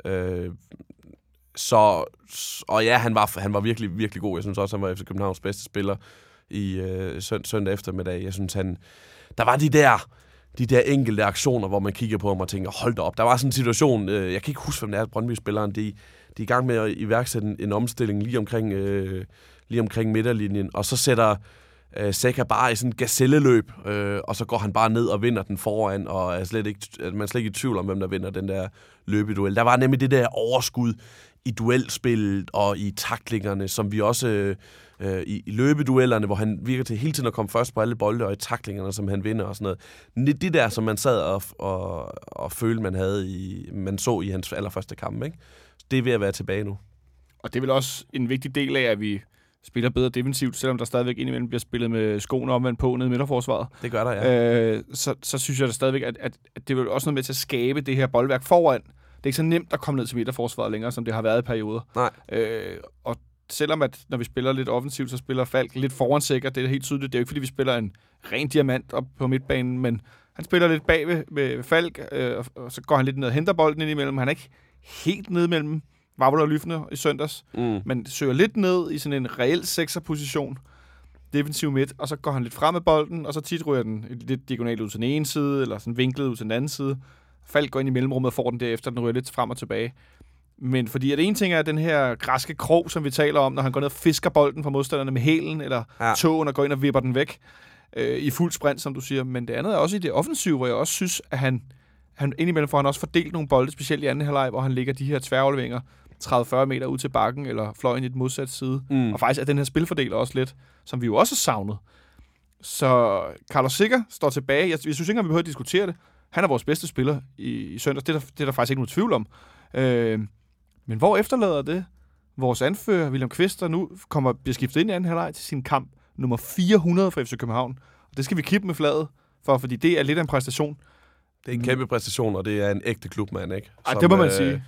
Og ja, han var virkelig, virkelig god. Jeg synes også, han var FC Københavns bedste spiller i søndag eftermiddag. Jeg synes, der var de der enkelte aktioner, hvor man kigger på ham og tænker, hold da op. Der var sådan en situation, jeg kan ikke huske, hvem det er, Brøndby-spilleren, de er i gang med at iværksætte en omstilling lige omkring midterlinjen, og så sætter Seca bare i sådan en gazelleløb, og så går han bare ned og vinder den foran, og man er slet ikke i tvivl om, hvem der vinder den der løbeduel. Der var nemlig det der overskud i duelspillet og i taklingerne, som vi også i løbeduellerne, hvor han virker til hele tiden at komme først på alle bolde, og i taklingerne, som han vinder og sådan noget. Det der, som man sad og følte, man så i hans allerførste kamp, ikke? Det er ved at være tilbage nu. Og det er vel også en vigtig del af, at vi spiller bedre defensivt, selvom der stadigvæk indimellem bliver spillet med skoene omvendt på nede i midterforsvaret. Det gør der, ja. Så synes jeg da stadigvæk, at det er vel også noget med til at skabe det her boldværk foran. Det er ikke så nemt at komme ned til midterforsvaret længere, som det har været i perioder. Nej. Og selvom at når vi spiller lidt offensivt, så spiller Falk lidt foran sikkert. Det er helt tydeligt. Det er jo ikke, fordi vi spiller en ren diamant op på midtbanen, men han spiller lidt bag ved Falk, og så går han lidt ned og henter bolden ind imellem. Han er ikke helt ned mellem Vavl og Lyfne i søndags, men søger lidt ned i sådan en reel sekserposition, defensiv midt, og så går han lidt frem med bolden, og så tit ryger den lidt diagonalt ud til den ene side, eller sådan vinklet ud til den anden side. Falk går ind i mellemrummet og får den derefter, den ryger lidt frem og tilbage. Men fordi at en ting er den her græske krog, som vi taler om, når han går ned og fisker bolden fra modstanderne med hælen, eller tåen og går ind og vipper den væk. i fuld sprint, som du siger. Men det andet er også i det offensive, hvor jeg også synes, at han indimellem får han også fordelt nogle bolde, specielt i anden halvleg, hvor han ligger de her tværafleveringer 30-40 meter ud til bakken, eller fløjen i den modsatte side. Og faktisk er den her spilfordeler også lidt, som vi jo også har savnet. Så Carlos Seca står tilbage. Jeg synes ikke, at vi behøver at diskutere det. Han er vores bedste spiller i søndags. Det er der faktisk ikke nogen tvivl om. Men hvor efterlader det vores anfører, William Kvist, der nu bliver skiftet ind i anden halvleg til sin kamp nummer 400 for FC København. Og det skal vi kippe med fladet for, fordi det er lidt af en præstation. Det er en kæmpe præstation, og det er en ægte klubmand, ikke? Ej, det må man sige.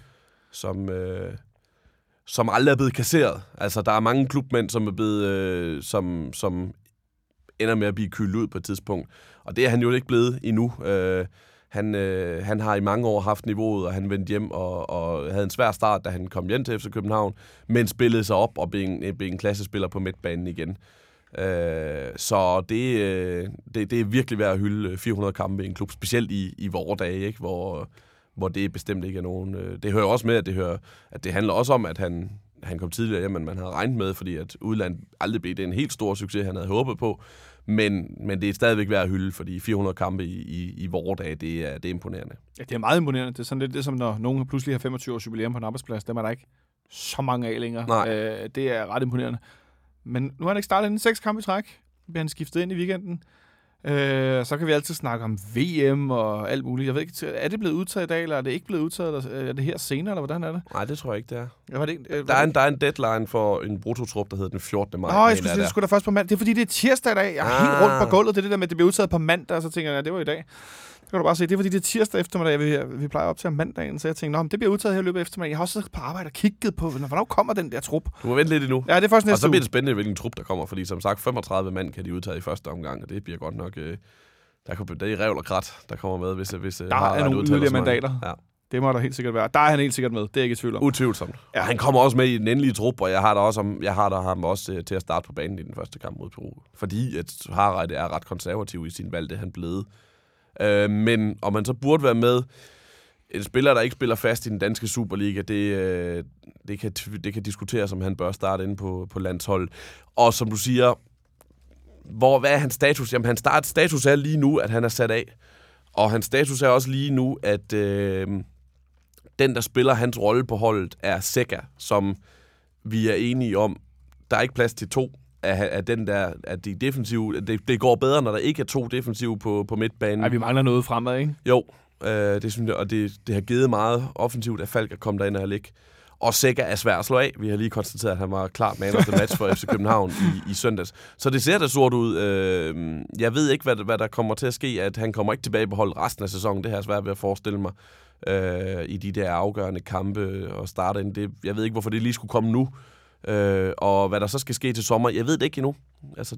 Som aldrig er blevet kasseret. Altså, der er mange klubmænd, som er blevet, som ender med at blive kyldt ud på et tidspunkt. Og det er han jo ikke blevet endnu. Han har i mange år haft niveauet, og han vendte hjem og havde en svær start, da han kom hjem til FC København, men spillede sig op og blev en klassespiller på midtbanen igen. Så det er virkelig værd at hylde 400 kampe i en klub, specielt i vore dage, ikke? Hvor det bestemt ikke er nogen. Det hører også med, at det handler også om, at han kom tidligere hjem, end man havde regnet med, fordi at udlandet aldrig blev det en helt stor succes, han havde håbet på. Men det er stadigvæk værd at hylde, fordi 400 kampe i vore dage, det er imponerende. Ja, det er meget imponerende. Det er sådan lidt det, som når nogen pludselig har 25 års jubilæum på en arbejdsplads. Dem er der ikke så mange af længere. Det er ret imponerende. Men nu har han ikke startet inden 6 kampe i træk. Så bliver han skiftet ind i weekenden. Så kan vi altid snakke om VM og alt muligt. Jeg ved ikke, er det blevet udtaget i dag, eller er det ikke blevet udtaget? Er det her senere, eller hvordan er det? Nej, det tror jeg ikke, det er. Ja, der er en deadline for en brutotrup, der hedder den 14. maj. Jeg skulle sige, det skulle da først på mandag. Det er fordi, det er tirsdag i dag. Jeg er helt rundt på gulvet. Det er det der med, at det bliver udtaget på mandag, og så tænker jeg, det var i dag. Så kan du bare se, det er fordi, det er tirsdag eftermiddag. Vi plejer op til om mandagen, så jeg tænkte, det bliver udtaget her i løbet af eftermiddagen. Jeg har også siddet på arbejde og kigget på, hvornår kommer den der trup? Du må vente lidt endnu. Ja, det er først næste uge. Og så bliver det spændende, hvilken trup der kommer, fordi som sagt, 35 mand kan de udtage i første omgang, og det bliver godt nok... Der er revl og krat, der kommer med, hvis der er nogle yderligere mandater. Ja. Det må der helt sikkert være. Der er han helt sikkert med, det er ikke i tvivl om. Utvivlsomt. Ja. Han kommer også med i den endelige trup, og jeg har ham også til at starte på banen i den første kamp mod Peru. Fordi at Harreide er ret konservativ i sin valg, det han blevet. Men om man så burde være med, en spiller, der ikke spiller fast i den danske Superliga, det kan diskuteres, om han bør starte inde på landsholdet. Og som du siger, hvad er hans status? Jamen, hans status er lige nu, at han er sat af. Og hans status er også lige nu, at den, der spiller hans rolle på holdet, er Seca, som vi er enige om. Der er ikke plads til 2 af den der, at de defensive. Det går bedre, når der ikke er 2 defensive på midtbanen. Nej, vi mangler noget fremad, ikke? Jo, det synes jeg, og det har givet meget offensivt, at Falk er kommet derind og ligge. Og Seca er svær at slå af. Vi har lige konstateret, at han var klart man of the match for FC København i søndags. Så det ser da sort ud. Jeg ved ikke, hvad der kommer til at ske, at han kommer ikke tilbage på hold resten af sæsonen. Det har jeg svært ved at forestille mig i de der afgørende kampe og starte ind. Jeg ved ikke, hvorfor det lige skulle komme nu. Og hvad der så skal ske til sommer, jeg ved det ikke endnu. Altså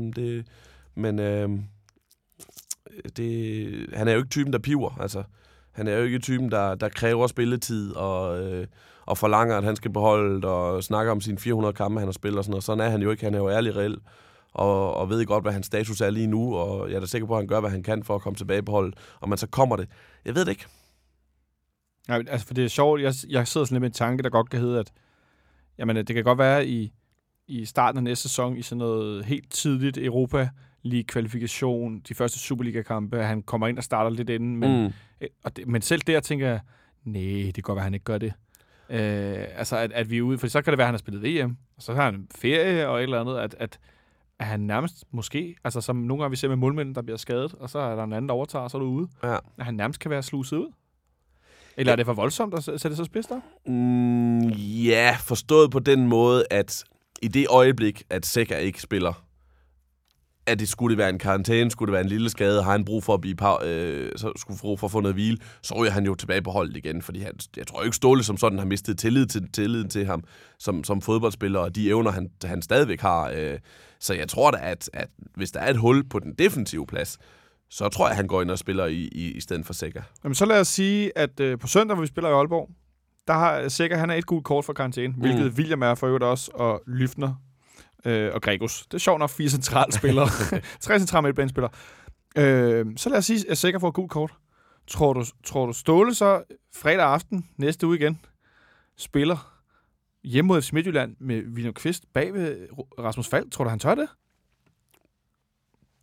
han er jo ikke typen, der piver. Altså, han er jo ikke typen, der kræver spilletid og forlanger, at han skal beholde og snakke om sine 400 kampe, han har spillet og sådan noget. Sådan er han jo ikke. Han er jo ærlig reel og ved godt, hvad hans status er lige nu, og jeg er da sikker på, at han gør, hvad han kan for at komme tilbage på holdet. Og man så kommer det. Jeg ved det ikke. Ja, altså, for det er sjovt. Jeg sidder sådan lidt med en tanke, der godt kan hedde, at jamen, det kan godt være i starten af næste sæson, i sådan noget helt tidligt Europa League-kvalifikation, de første Superliga-kampe, at han kommer ind og starter lidt inden, men selv der tænker jeg, nej, det kan godt være, at han ikke gør det. Altså, at vi er ude, for så kan det være, at han har spillet VM, og så har han ferie og et eller andet, at han nærmest måske, altså som nogle gange vi ser med målmænden, der bliver skadet, og så er der en anden, der overtager, og så er du ude. Ja. At han nærmest kan være sluset ud. Eller er det for voldsomt at sætte så spids der? Ja, forstået på den måde, at i det øjeblik, at Seca ikke spiller, at det skulle være en karantæne, skulle det være en lille skade, har han brug for at blive så skulle brug for at få noget hvile, så ryger han jo tilbage på holdet igen, fordi jeg tror ikke Ståle som sådan har mistet tilliden til ham som fodboldspiller, og de evner, han stadigvæk har. Så jeg tror da, at hvis der er et hul på den defensive plads, så tror jeg, han går ind og spiller i stedet for Seca. Jamen, så lad os sige, at på søndag, hvor vi spiller i Aalborg, der har Seca, han er et gult kort for karantæne, hvilket William er for øvrigt også, og Lyftner og Gregos. Det er sjovt nok 4 centrale spillere. 3 centrale midtbanespillere. Så lad os sige, at Seca får et gult kort. Tror du Ståle så fredag aften, næste uge igen, spiller hjemme mod FC Midtjylland med William Kvist bag ved Rasmus Falk? Tror du, han tør det?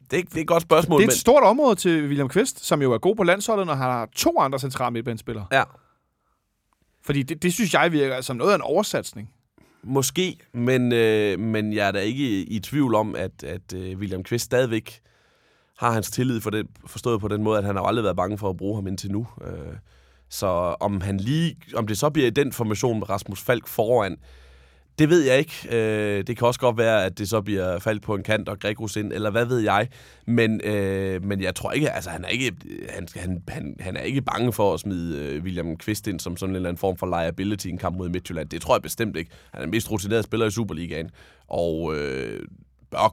Det er et godt spørgsmål. Det er et stort område til William Kvist, som jo er god på landsholdet, når han har 2 andre centrale midtbanespillere. Ja. Fordi det synes jeg virker som noget af en oversatsning. Måske, men jeg er da ikke i tvivl om, at William Kvist stadigvæk har hans tillid forstået på den måde, at han har aldrig været bange for at bruge ham indtil nu. Så om det så bliver i den formation med Rasmus Falk foran, det ved jeg ikke. Det kan også godt være, at det så bliver Falk på en kant og Gregus ind, eller hvad ved jeg. Men jeg tror ikke, altså han er ikke bange for at smide William Kvist ind som sådan en eller anden form for liability i en kamp mod Midtjylland. Det tror jeg bestemt ikke. Han er den mest rutinerede spiller i Superligaen, og bør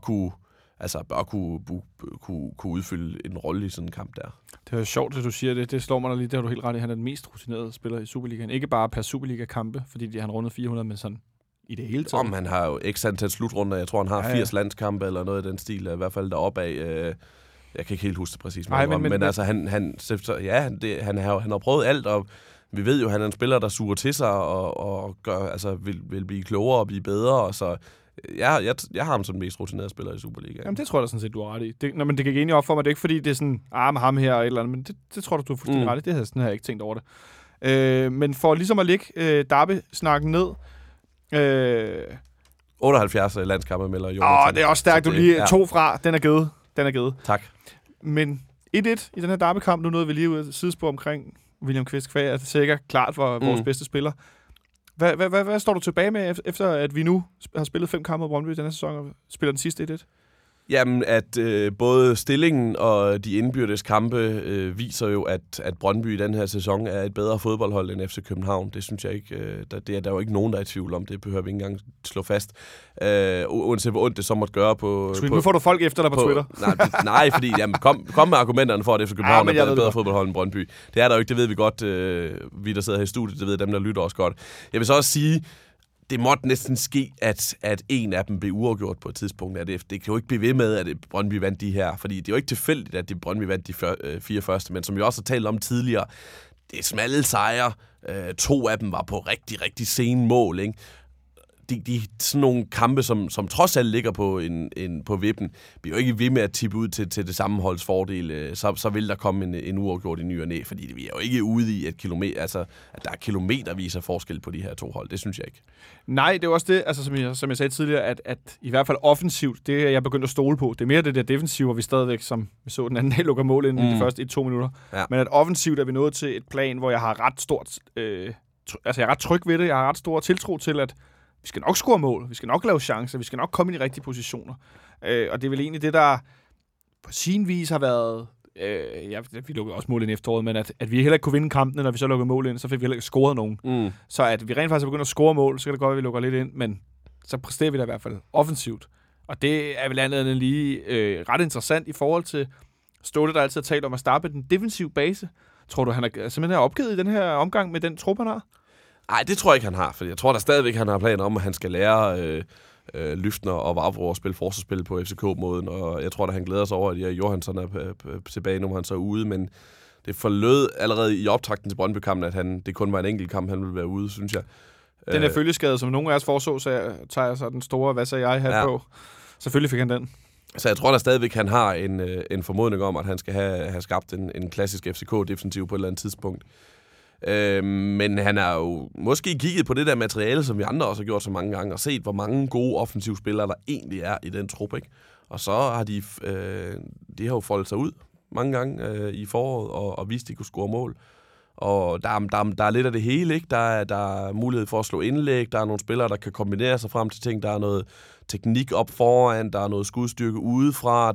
kunne udfylde en rolle i sådan en kamp der. Det er jo sjovt, at du siger det. Det slår mig da lige. Det har du helt ret i. Han er den mest rutinerede spiller i Superligaen. Ikke bare per Superliga-kampe, fordi han rundet 400, men sådan i det hele taget. Han har jo x antal slutrunder. Jeg tror, han har 80 landskampe eller noget af den stil, i hvert fald deroppe af. Jeg kan ikke helt huske det præcis. Men altså, han har prøvet alt, og vi ved jo, at han er en spiller, der suger til sig og gør, altså, vil blive klogere og blive bedre, og så jeg har ham som den mest rutinerede spiller i Superligaen. Jamen, det tror jeg da sådan set, du har ret i. Men det gik egentlig op for mig. Det er ikke fordi, det er sådan, med ham her og et eller andet, men det tror du er fuldstændig ret i. Det har jeg ikke tænkt over det. Men for ligesom at lægge Derby-snakken ned... 78 landskampe melder Jonathan. Det er også stærkt, du lige 2 fra. Den er givet. Tak. Men 1-1 i den her Derby-kamp, nu nåede vi lige ud af sidespor omkring William Kvist. Kvæg er sikkert klart for vores bedste spiller. Hvad står du tilbage med, efter at vi nu har spillet 5 kampe mod Brøndby i denne sæson, og spiller den sidste 1-1? Jamen, at både stillingen og de indbyrdes kampe viser jo, at Brøndby i den her sæson er et bedre fodboldhold end FC København. Det synes jeg ikke. Det er der jo ikke nogen, der er i tvivl om. Det behøver vi ikke engang slå fast. Uanset hvor ondt det så måtte gøre på... Nu får du folk efter dig på Twitter. Nej, fordi kom med argumenterne for, at FC København er et bedre fodboldhold end Brøndby. Det er der jo ikke, det ved vi godt. Vi, der sidder her i studiet, det ved dem, der lytter også godt. Jeg vil så også sige... Det måtte næsten ske, at en af dem blev uafgjort på et tidspunkt. Det kan jo ikke blive ved med, at Brøndby vandt de her. Fordi det er jo ikke tilfældigt, at Brøndby vandt de 4 første. Men som vi også har talt om tidligere, det er smalle sejre. 2 af dem var på rigtig, rigtig sene mål, ikke? De sådan nogle kampe, som trods alt ligger på vippen, bliver jo ikke ved med at tippe ud til det samme holds fordel. Så vil der komme en uafgjort i ny og næ, fordi vi er jo ikke ude i at der er kilometervis af forskel på de her 2 hold. Det synes jeg ikke. Nej, det er også det, altså, som jeg sagde tidligere, at i hvert fald offensivt, det er jeg begyndt at stole på. Det er mere det der defensive, hvor vi stadigvæk, som vi så den anden dag, lukker mål ind i de første 1-2 minutter. Ja. Men at offensivt er vi nået til et plan, hvor jeg har ret stort... jeg er ret tryg ved det. Jeg har ret stor tiltro til, at vi skal nok score mål, vi skal nok lave chancer, vi skal nok komme i de rigtige positioner. Og det er vel egentlig det, der på sin vis har været... vi lukkede også mål ind i efteråret, men at vi heller ikke kunne vinde kampene, når vi så lukkede mål ind, så fik vi heller ikke scoret nogen. Så at vi rent faktisk er begyndt at score mål, så kan det godt være, at vi lukker lidt ind, men så præsterer vi da i hvert fald offensivt. Og det er vel andet end lige ret interessant i forhold til Ståle, der altid har talt om at starte den defensive base. Tror du, han er simpelthen opgivet i den her omgang med den trup, han har? Nej, det tror jeg ikke, han har, for jeg tror der stadigvæk, han har planer om, at han skal lære Lyftner og Vavro at spille forsvarsspil på FCK-måden, og jeg tror, at han glæder sig over, at Johansson er tilbage, nu han så er ude, men det forlød allerede i optakten til Brøndby-kampen, at det kun var en enkelt kamp, han ville være ude, synes jeg. Den her følgeskade, som nogen af os foreså, så tager jeg så den store, hvad så jeg hat på. Selvfølgelig fik han den. Så jeg tror der stadigvæk, han har en formodning om, at han skal have skabt en klassisk FCK-defensiv på et eller andet tidspunkt. Men han har jo måske kigget på det der materiale, som vi andre også har gjort så mange gange, og set, hvor mange gode offensivspillere, der egentlig er i den trup, ikke? Og så har de har jo foldet sig ud mange gange i foråret, og vist, at de kunne score mål. Og der er lidt af det hele, ikke? Der er mulighed for at slå indlæg, der er nogle spillere, der kan kombinere sig frem til ting, der er noget teknik op foran, der er noget skudstyrke udefra,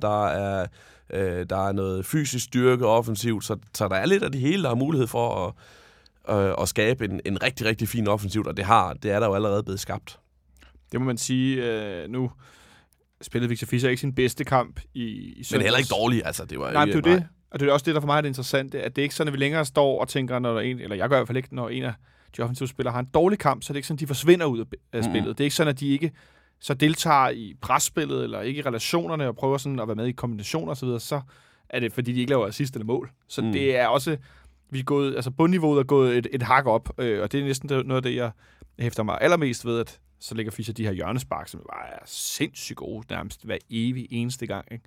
der er noget fysisk styrke offensivt, så der er lidt af det hele, der har mulighed for at skabe en rigtig, rigtig fin offensivt, og det er der jo allerede blevet skabt. Det må man sige. Nu spillede Victor Fischer ikke sin bedste kamp i søndags. Men heller ikke dårlig, altså. Det var nej, det er det. Og det er også det, der for mig er det interessante, at det er ikke sådan, at vi længere står og tænker, når eller jeg gør i hvert fald ikke, når en af de offensive spillere har en dårlig kamp, så er det ikke sådan, at de forsvinder ud af spillet. Det er ikke sådan, at de ikke så deltager i presspillet, eller ikke i relationerne, og prøver sådan at være med i kombinationer og så videre, så er det, fordi de ikke laver assist eller mål. Så det er også, vi er gået, altså bundniveauet er gået et hak op, og det er næsten noget af det, jeg hæfter mig allermest ved, at så lægger Fischer de her hjørnespark, som bare er sindssygt gode, nærmest hver evig eneste gang, ikke?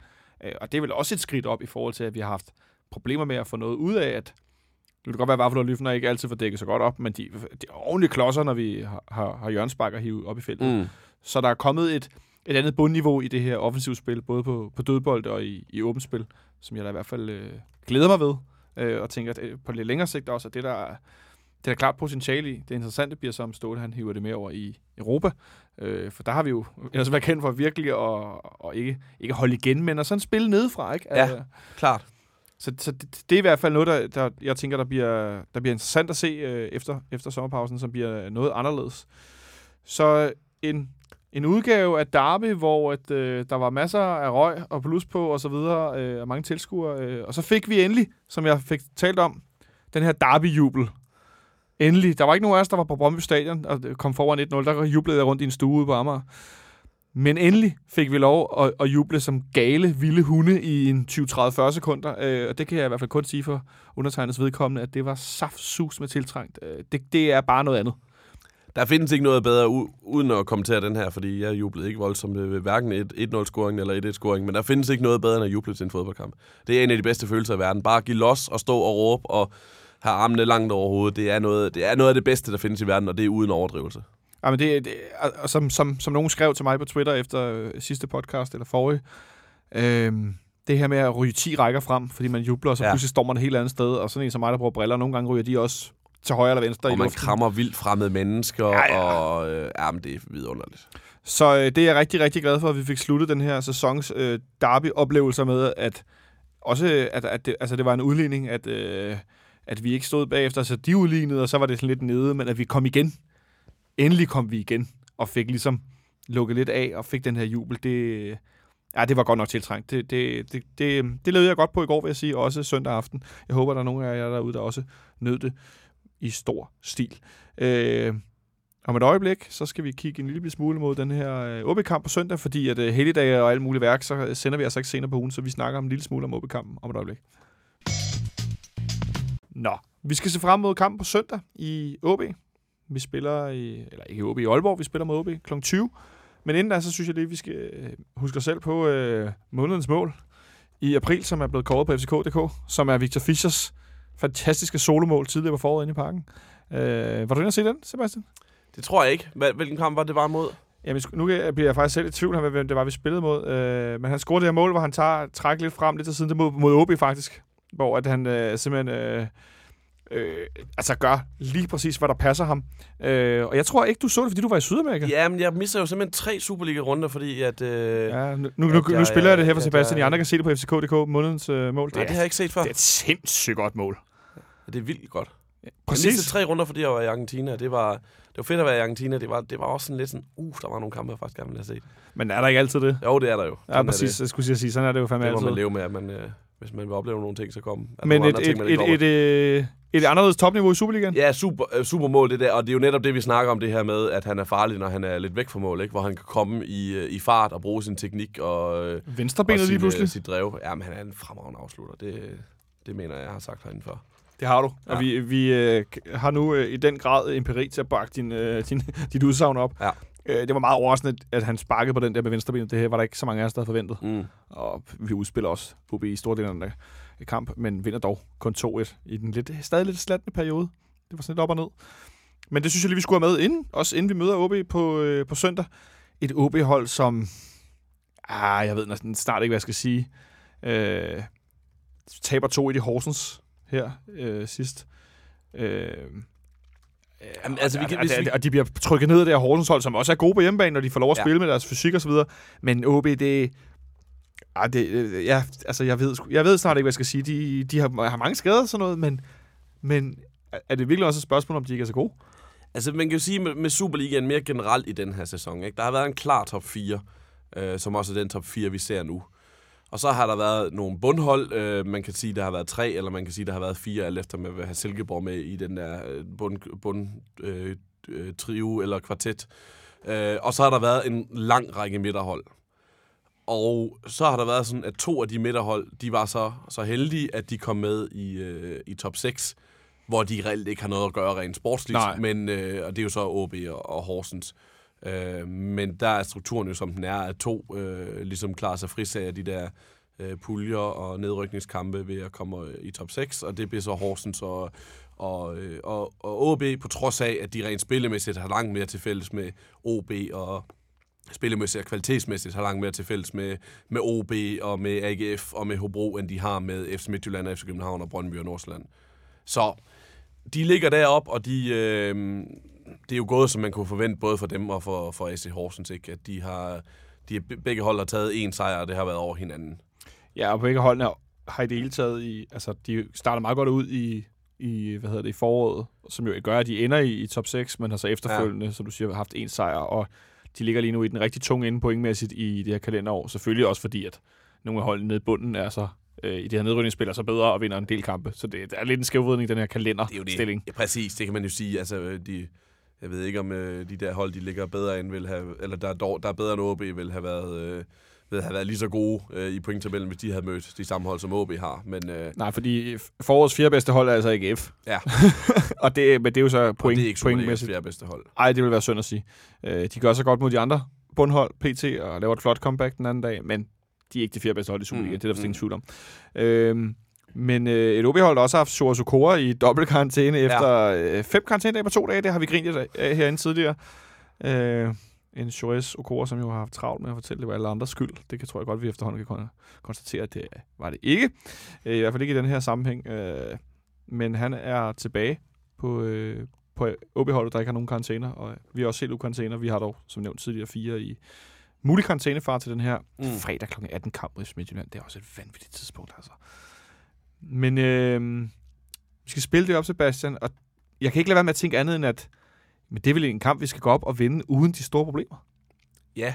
Og det er vel også et skridt op i forhold til, at vi har haft problemer med at få noget ud af, at det kan godt være, at Vaffelor og Lyfner ikke altid får dækket så godt op, men de er ordentlige klodser, når vi har hjørnesparker hivet op i feltet. Så der er kommet et andet bundniveau i det her offensivspil, både på dødbold og i åbent spil, som jeg da i hvert fald glæder mig ved, og tænker, at på lidt længere sigt også, at det er klart potentiale i. Det interessante bliver så, om Ståle han hiver det med over i Europa, for der har vi jo ellers været kendt for virkelig at ikke holde igen, men at sådan spille nedefra, ikke? Ja, klart. Så det er i hvert fald noget, der jeg tænker, der bliver interessant at se efter sommerpausen, som bliver noget anderledes. Så en udgave af Derby, hvor der var masser af røg og blus på og så videre, og mange tilskuere. Og så fik vi endelig, som jeg fik talt om, den her Derby-jubel. Endelig. Der var ikke nogen af os, der var på Brøndby Stadion og kom foran 1-0. Der jublede jeg rundt i en stue ude på Amager. Men endelig fik vi lov at juble som gale, vilde hunde i en 20-30-40 sekunder. Og det kan jeg i hvert fald kun sige for undertegnets vedkommende, at det var saftsus med tiltrængt. Det er bare noget andet. Der findes ikke noget bedre uden at kommentere den her, fordi jeg jublede ikke voldsomt ved hverken 1-0-scoring eller 1-1-scoring, men der findes ikke noget bedre end at juble til en fodboldkamp. Det er en af de bedste følelser i verden. Bare give los og stå og råbe og have armene langt over hovedet. Det er noget af det bedste, der findes i verden, og det er uden overdrivelse. Ja, men som nogen skrev til mig på Twitter efter sidste podcast eller forrige, det her med at ryge 10 rækker frem, fordi man jubler, og så pludselig står man et helt andet sted, og sådan en som mig, der bruger briller, nogle gange ryger de også til højre eller venstre. Og man krammer vildt fremmede mennesker, og men det er vidunderligt. Så det er jeg rigtig, rigtig glad for, at vi fik sluttet den her sæsons derby-oplevelser med, at det var en udligning, at vi ikke stod bagefter, så de udlignede, og så var det sådan lidt nede, men at vi kom igen. Endelig kom vi igen, og fik ligesom lukket lidt af, og fik den her jubel. Det var godt nok tiltrængt. Det levede jeg godt på i går, vil jeg sige, også søndag aften. Jeg håber, der er nogle af jer derude, der også nød det i stor stil. Om et øjeblik, så skal vi kigge en lille smule mod den her OB-kamp på søndag, fordi at helligdage og alt muligt værk, så sender vi altså ikke senere på ugen, så vi snakker en lille smule om OB-kampen om et øjeblik. Nå, vi skal se frem mod kampen på søndag i OB. Vi spiller ikke OB i Aalborg, vi spiller mod OB kl. 20. Men inden da, så synes jeg lige, vi skal huske os selv på månedens mål i april, som er blevet kåret på FCK.dk, som er Victor Fischers fantastiske solomål tidligere på foråret inde i parken. Var du inde at se den, Sebastian? Det tror jeg ikke. Hvilken kamp var det bare mod? Jamen, nu bliver jeg faktisk selv i tvivl om, hvem det var, vi spillede mod. Men han scorede det her mål, hvor han trækker lidt frem lidt til siden. Det mod OB faktisk. Hvor at han simpelthen gør lige præcis, hvad der passer ham. Og jeg tror ikke, du så det, fordi du var i Sydamerika. Ja, men jeg misser jo simpelthen 3 Superliga-runder, fordi at... Nu spiller jeg det her for Sebastian. I andre kan se det på FCK.dk, månedens mål. Det har jeg ikke set før. Det er et sindssygt godt mål. Ja, det er vildt godt. Ja, præcis. Jeg mistede 3 runder, fordi jeg var i Argentina. Det var fedt at være i Argentina. Det var også sådan lidt sådan, der var nogle kampe, jeg faktisk gerne ville have set. Men er der ikke altid det? Jo, det er der jo. Ja, præcis. Jeg skulle sige, sådan er det jo fandme altid. Det må man leve med, at man... Hvis man vil opleve nogle ting, så kommer. Men et anderledes topniveau i Superligaen? Ja, supermål det der, og det er jo netop det, vi snakker om, det her med, at han er farlig, når han er lidt væk fra mål, ikke? Hvor han kan komme i fart og bruge sin teknik og venstrebenet lige pludselig. Sit drev. Ja, men han er en fremragende afslutter. Det mener jeg har sagt herinde før. Det har du. Ja. Og vi har nu i den grad empiri til at bakke dit udsagn op. Ja. Det var meget overraskende, at han sparkede på den der med venstrebenet. Det her var der ikke så mange af os, der havde forventet. Og vi udspiller også OB i store dele af den kamp, men vinder dog kun 2-1 i den stadig lidt slattende periode. Det var sådan lidt op og ned. Men det synes jeg lige, vi skulle have med inden vi møder OB på søndag. Et OB-hold, som... jeg ved næsten snart ikke, hvad jeg skal sige. Taber 2 i Horsens her sidst. Og de bliver trykket ned af det her Horsens hold, som også er gode på hjemmebane, når de får lov at spille med deres fysik og så videre. Men OB, jeg ved snart ikke, hvad jeg skal sige. De har mange skader og sådan noget, men er det virkelig også et spørgsmål, om de ikke er så gode? Altså, man kan jo sige med Superligaen mere generelt i den her sæson, ikke? Der har været en klar top 4, som også er den top 4, vi ser nu. Og så har der været nogle bundhold. Man kan sige, der har været 3, eller man kan sige, der har været 4, alt efter man vil have Silkeborg med i den der trio eller kvartet. Og så har der været en lang række midterhold. Og så har der været sådan, at 2 af de midterhold, de var så heldige, at de kom med i top 6, hvor de reelt ikke har noget at gøre rent sportsligt. Men, og det er jo så OB og Horsens. Men der er strukturen jo, som den er, at 2 ligesom klarer sig frisag af de der puljer og nedrykningskampe ved at komme i top 6, og det bliver så Horsens og OB, på trods af, at de rent spillemæssigt har langt mere til fælles med OB, og spillemæssigt og kvalitetsmæssigt har langt mere til fælles med OB og med AGF og med Hobro, end de har med FC Midtjylland og FC København og Brøndby og Nordsjælland. Så de ligger derop, og det er jo gået, som man kunne forvente, både for dem og for AC Horsens, ikke? At begge hold har taget en sejr, og det har været over hinanden. Ja, og begge holdene har i det hele taget de starter meget godt ud i foråret, som jo gør, at de ender i top 6, men har så efterfølgende, som du siger, haft en sejr, og de ligger lige nu i den rigtig tunge ende pointmæssigt i det her kalenderår. Selvfølgelig også fordi, at nogle af holdene nede i bunden er så i det her nedrykningsspil er så bedre og vinder en del kampe. Så det er lidt en skævvridning, den her kalenderstilling. Ja, præcis. Det kan man jo sige. Altså, jeg ved ikke, om de der hold, de ligger bedre end vil have, eller der er bedre end OB, vil have været lige så gode i pointtabellen, hvis de havde mødt de samme hold, som OB har. Men, nej, fordi forårets 4. bedste hold er altså AGF. Ja. Men det er jo så point. Og det er ikke Superligaens 4. bedste hold. Nej, det vil være synd at sige. De gør så godt mod de andre bundhold, PT, og laver et flot comeback den anden dag, men de er ikke de 4 bedste hold i Superligaen. Det er der ingen tvivl om. Men et OB-hold også har haft Soros Okora i dobbeltkarantæne efter 5 karantænedage på 2 dage. Det har vi grint af herinde tidligere. En Soros Okora, som jo har haft travlt med at fortælle, det var alle andres skyld. Det tror jeg godt, vi efterhånden kan konstatere, at det var det ikke. I hvert fald ikke i den her sammenhæng. Men han er tilbage på OB-holdet, der ikke har nogen karantæner. Og vi har også selv karantæner. Vi har dog, som nævnt tidligere, 4 i mulig karantænefar til den her fredag kl. 18 kamp mod Midtjylland. Det er også et vanvittigt tidspunkt, altså. Men vi skal spille det op, Sebastian, og jeg kan ikke lade være med at tænke andet end, at men det er vel en kamp, vi skal gå op og vinde uden de store problemer. Ja.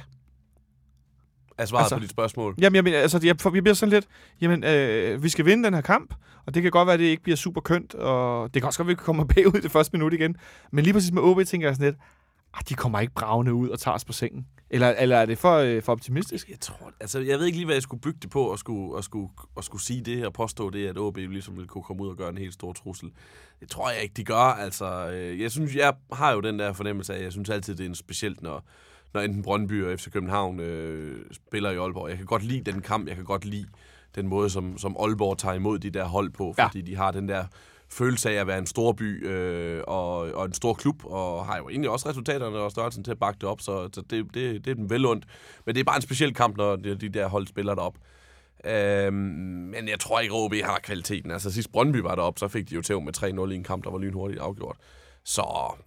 Er svaret på dit spørgsmål? Jamen, vi bliver sådan lidt, vi skal vinde den her kamp, og det kan godt være, at det ikke bliver super kønt, og det kan også godt være, at vi kommer bagud i det første minut igen. Men lige præcis med OB tænker jeg sådan lidt, de kommer ikke bravende ud og tager os på sengen. Eller er det for optimistisk? Jeg ved ikke lige, hvad jeg skulle bygge det på, og skulle sige det og påstå det, at OB ligesom ville kunne komme ud og gøre en helt stor trussel. Det tror jeg ikke, de gør. Altså, jeg har jo den der fornemmelse af, at jeg synes altid, det er specielt, når enten Brøndby og FC København spiller i Aalborg. Jeg kan godt lide den kamp, jeg kan godt lide den måde, som Aalborg tager imod de der hold på, fordi de har den der følelse af at være en stor by og en stor klub, og har jo egentlig også resultaterne og størrelsen til at bakke det op, så det er den velundt. Men det er bare en speciel kamp, når de der hold spiller derop. Men jeg tror ikke, at OB har kvaliteten. Altså sidst Brøndby var deroppe, så fik de jo tæv med 3-0 i en kamp, der var lynhurtigt afgjort. Så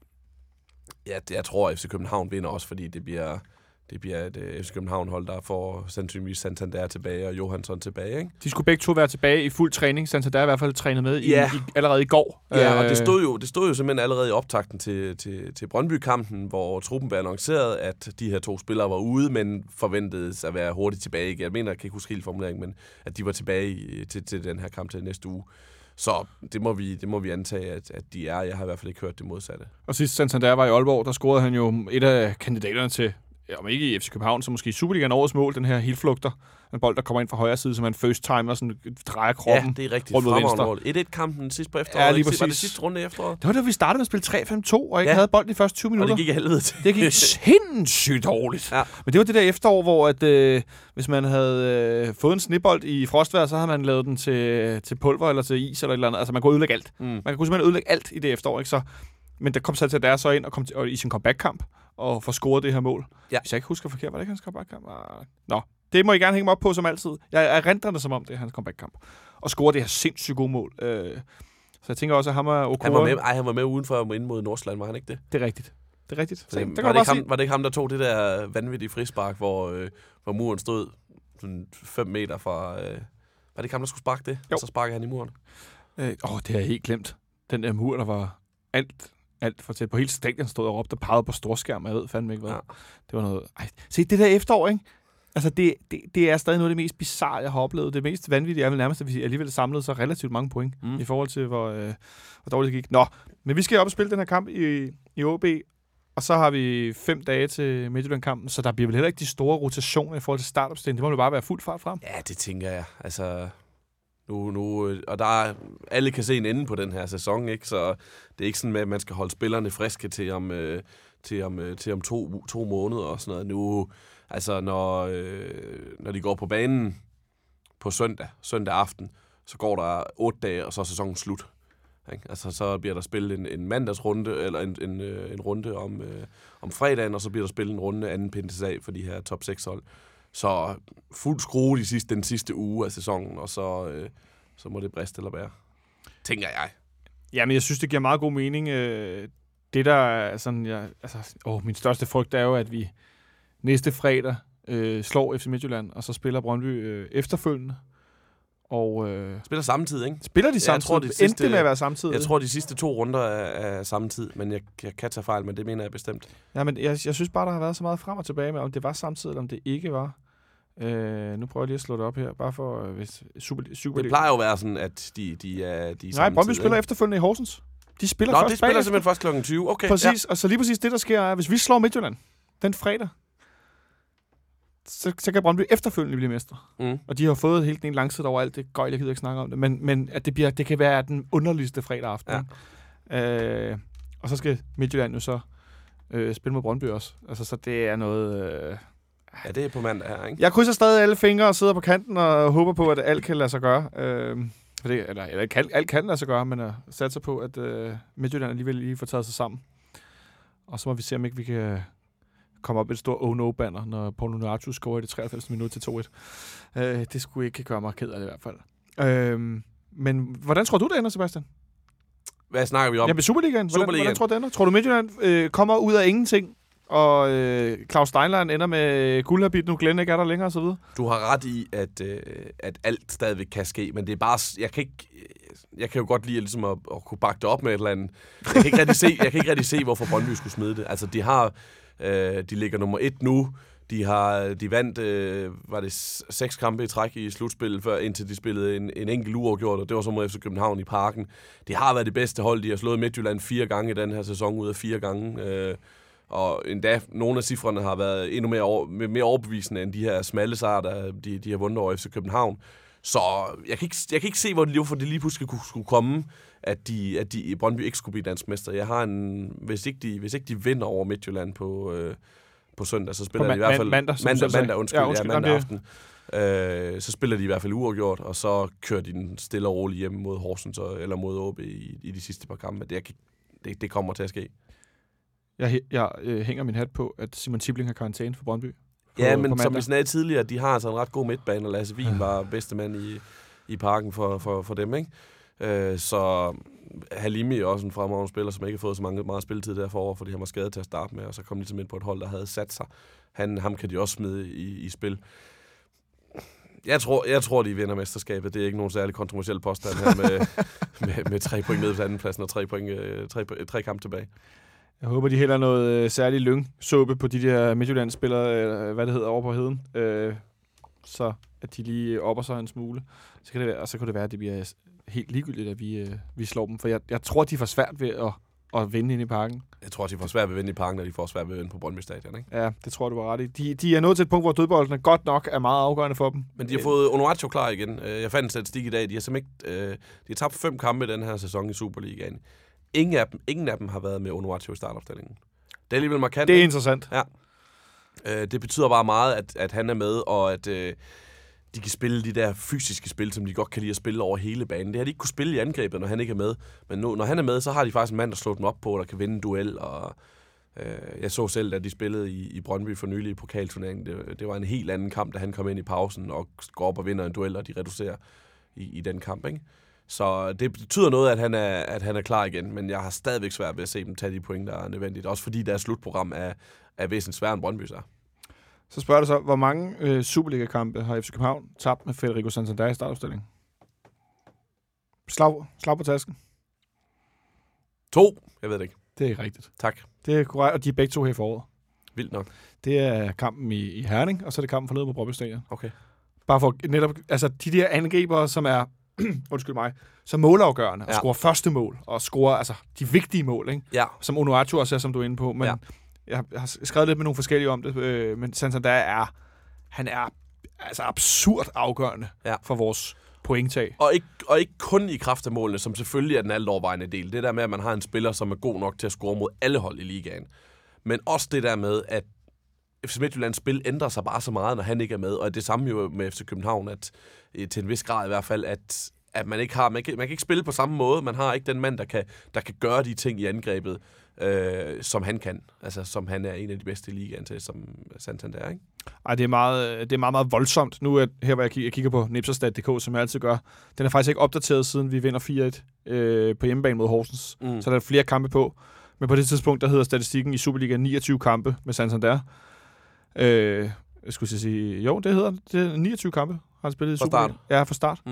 ja, jeg tror, at FC København vinder også, fordi det bliver et FC København-hold, der får sandsynligvis Santander tilbage og Johansson tilbage, ikke? De skulle begge to være tilbage i fuld træning. Santander er i hvert fald trænet med allerede i går. Ja, og det stod jo simpelthen allerede i optakten til Brøndby-kampen, hvor truppen blev annonceret, at de her 2 spillere var ude, men forventedes at være hurtigt tilbage igen. Jeg mener, jeg kan ikke huske helt formuleringen, men at de var tilbage til den her kamp til næste uge. Så det må vi antage, at de er. Jeg har i hvert fald ikke hørt det modsatte. Og sidst Santander var i Aalborg, der scorede han jo et af kandidaterne til, om ikke i FC København, så måske i Superligaen årets mål, den her helflugter. En bold, der kommer ind fra højre side, som en first timer, sådan drejer kroppen. Ja, det er rigtigt. Fremragende 1-1-kampen sidst på efteråret. Ja, lige præcis. Var det sidste runde i efteråret? Det var da vi startede med at spille 3-5-2, og ikke havde bolden de første 20 minutter. Og det gik helvede til. Det gik sindssygt dårligt. Ja. Men det var det der efterår, hvor at, hvis man havde fået en snebold i frostvejr, så havde man lavet den til pulver eller til is eller et eller andet. Altså man kunne ødelægge alt. Man kunne simpelthen ødelægge alt i det efterår, ikke så? Men der kom Santander så ind og kom i sin comeback-kamp og får scoret det her mål. Ja. Hvis jeg ikke husker forkert, var det ikke hans comeback-kamp? Nå, det må I gerne hænge mig op på som altid. Jeg er rendrende som om det er hans comeback-kamp. Og scorer det her sindssygt gode mål. Så jeg tænker også, at han var Okora. Han var med udenfor ind mod Nordsjælland, var han ikke det? Det er rigtigt. Var det ikke ham, der tog det der vanvittige frispark, hvor muren stod sådan 5 meter fra... Var det ikke ham, der skulle sparke det? Jo. Og så sparkede han i muren. Det har jeg helt glemt. Den der mur, der var alt for tæt på. Hele stadion stod og råbte og pegede på storskærm. Jeg ved fandme ikke hvad. Ja. Det var noget... Se, det der efterår, ikke? Altså, det er stadig noget af det mest bizarre, jeg har oplevet. Det mest vanvittige er vel nærmest, at vi alligevel samlede så relativt mange point i forhold til, hvor dårligt det gik. Nå, men vi skal op og spille den her kamp i OB, og så har vi 5 dage til Midtjylland-kampen, så der bliver vel heller ikke de store rotationer i forhold til startopstillingen. Det må jo bare være fuld fart frem. Ja, det tænker jeg. Altså... Nu, og der alle kan se en ende på den her sæson, ikke? Så det er ikke sådan, at man skal holde spillerne friske til om 2 måneder og sådan noget. Nu, altså når de går på banen på søndag aften, så går der 8 dage, og så er sæsonen slut. Ikke? Altså, så bliver der spillet en mandagsrunde, eller en runde om fredagen, og så bliver der spillet en runde anden PNSA for de her top 6-hold. Så fuld skrue den sidste uge af sæsonen, og så må det briste eller bære. Tænker jeg. Jamen, jeg synes, det giver meget god mening. Det der er sådan, min største frygt er jo, at vi næste fredag slår FC Midtjylland, og så spiller Brøndby efterfølgende. Og spiller samtidig, ikke? Spiller de samtidig? Endte det med at være samtidig? Jeg tror, de sidste 2 runder er samtidig, men jeg kan tage fejl, men det mener jeg bestemt. Ja, men jeg synes bare, der har været så meget frem og tilbage med, om det var samtidig, eller om det ikke var. Nu prøver jeg lige at slå det op her, bare for hvis Super. Det plejer jo at være sådan, at de er nej, Brøndby spiller efterfølgende i Horsens. De spiller først. De spiller simpelthen først kl. 20. Okay. Præcis, ja. Og så lige præcis det, der sker, er, hvis vi slår Midtjylland den fredag, så kan Brøndby efterfølgende blive mestre. Og de har fået helt en langside over alt det gøjl, jeg gider ikke snakke om det. Men at det kan være den underligste fredag aften. Ja. Og så skal Midtjylland jo så spille mod Brøndby også. Altså, så det er noget... Ja, det er på mandag her, ikke? Jeg krydser stadig alle fingre og sidder på kanten og håber på, at alt kan lade sig gøre. Alt kan lade sig gøre, men jeg satser på, at Midtjylland alligevel lige får taget sig sammen. Og så må vi se, om ikke vi kan komme op et stort oh-no-banner, når Paulo Nuatu scorer i det 93. minut til 2-1. Det skulle ikke gøre mig ked af det i hvert fald. Men hvordan tror du, det ender, Sebastian? Hvad snakker vi om? Ja, med Superligaen. Hvordan tror du, det ender? Tror du, Midtjylland kommer ud af ingenting, og Claus Steinlein ender med guldhabit, nu Glenn ikke er der længere, og så videre? Du har ret i, at alt stadigvæk kan ske, men det er bare... Jeg kan jo godt lide ligesom at kunne bakke det op med et eller andet. Jeg kan ikke rigtig se, hvorfor Brøndby skulle smide det. Altså, de ligger nummer 1 nu. De vandt, var det 6 kampe i træk i slutspillet, før indtil de spillede en enkelt uafgjort, og det var så mod FC København i Parken. Det har været det bedste hold. De har slået Midtjylland 4 gange i den her sæson, ud af 4 gange. Og endda nogle af cifrene har været endnu mere overbevisende end de her smalle sejre, de har vundet over FC København. Så jeg kan ikke se, hvorfor det lige pludselig skulle komme, at de i Brøndby ikke skulle blive dansk mester. Jeg har hvis ikke de vinder over Midtjylland på søndag, så spiller de i hvert fald mandag aften. Så spiller de i hvert fald uafgjort, og så kører de den stille og roligt hjem mod Horsens eller mod AB i de sidste par kampe. Det kommer til at ske. Jeg hænger min hat på, at Simon Tibling har karantæne for Brøndby. Ja, men som vi snakkede tidligere, de har altså en ret god midtbane, og Lasse Wien var bedste mand i Parken for dem, ikke? Så Halimi er også en fremragende spiller, som ikke har fået så meget spilletid der forår, fordi han var skadet til at starte med, og så kom de ligesom ind på et hold, der havde sat sig. Ham kan de også smide i spil. Jeg tror, de vinder mesterskabet. Det er ikke nogen særlig kontroversiel påstand her med 3 point ned på andenpladsen og 3 kampe tilbage. Jeg håber, de hælder noget særlig lyngsuppe på de der Midtjylland-spillere, hvad det hedder, over på heden. Så at de lige opper sig en smule. Så kan det være, at det bliver helt ligegyldigt, at vi slår dem. For jeg tror, de får svært ved at vinde ind i Parken. Jeg tror, de får svært ved at vinde i Parken, og de får svært ved at vinde på Brøndby Stadion, ikke? Ja, det tror du var ret i. De er nået til et punkt, hvor dødboldene godt nok er meget afgørende for dem. Men de har fået Onuachu klar igen. Jeg fandt en statistik i dag. De har tabt 5 kampe i den her sæson i Superligaen. Ingen af dem har været med Onuachu i startopstillingen. Det er alligevel markant. Det er interessant. Ja. Det betyder bare meget, at han er med, og at de kan spille de der fysiske spil, som de godt kan lide at spille over hele banen. Det har de ikke kunne spille i angrebet, når han ikke er med. Men nu, når han er med, så har de faktisk en mand, der slår dem op på, der kan vinde en duel. Og jeg så selv, at de spillede i Brøndby for nylig i pokalturneringen. Det var en helt anden kamp, da han kom ind i pausen og går op og vinder en duel, og de reducerer i den kamp, ikke? Så det betyder noget, at han er klar igen, men jeg har stadigvæk svært ved at se dem tage de point, der er nødvendigt. Også fordi deres slutprogram er væsentligt sværere end Brøndby er. Så spørger du så, hvor mange Superliga-kampe har FC København tabt med Federico Santander i startopstillingen? Slag på tasken. 2. Jeg ved det ikke. Det er ikke rigtigt. Tak. Det er korrekt, og de er begge 2 her i foråret. Vildt nok. Det er kampen i Herning, og så er det kampen forleden på Brøndby Stadion. Okay. Bare for netop, altså de der angribere, som er undskyld mig, så målafgørende, og score første mål, og score altså de vigtige mål, ikke? Ja. Som Onuachu også er, som du er inde på, men jeg har skrevet lidt med nogle forskellige om det, men Santander han er altså absurd afgørende for vores pointtag. Og ikke kun i kraft af målene, som selvfølgelig er den alt overvejende del. Det der med, at man har en spiller, som er god nok til at score mod alle hold i ligaen. Men også det der med, at FC Midtjyllands spil ændrer sig bare så meget, når han ikke er med. Og det er samme jo med FC København, at til en vis grad i hvert fald, at man ikke har, man kan ikke spille på samme måde. Man har ikke den mand, der kan gøre de ting i angrebet, som han kan. Altså, som han er en af de bedste i ligaen til, som Santander, ikke? Ej, det er meget, meget voldsomt. Nu er her, hvor jeg kigger på Nipserstat.dk, som jeg altid gør. Den er faktisk ikke opdateret, siden vi vinder 4-1 på hjemmebane mod Horsens. Så der er flere kampe på. Men på det tidspunkt, der hedder statistikken i Superligaen 29 kampe med Santander. Jeg skulle sige, jo, det hedder 29 kampe, har han spillet i Superligaen. Ja, fra start.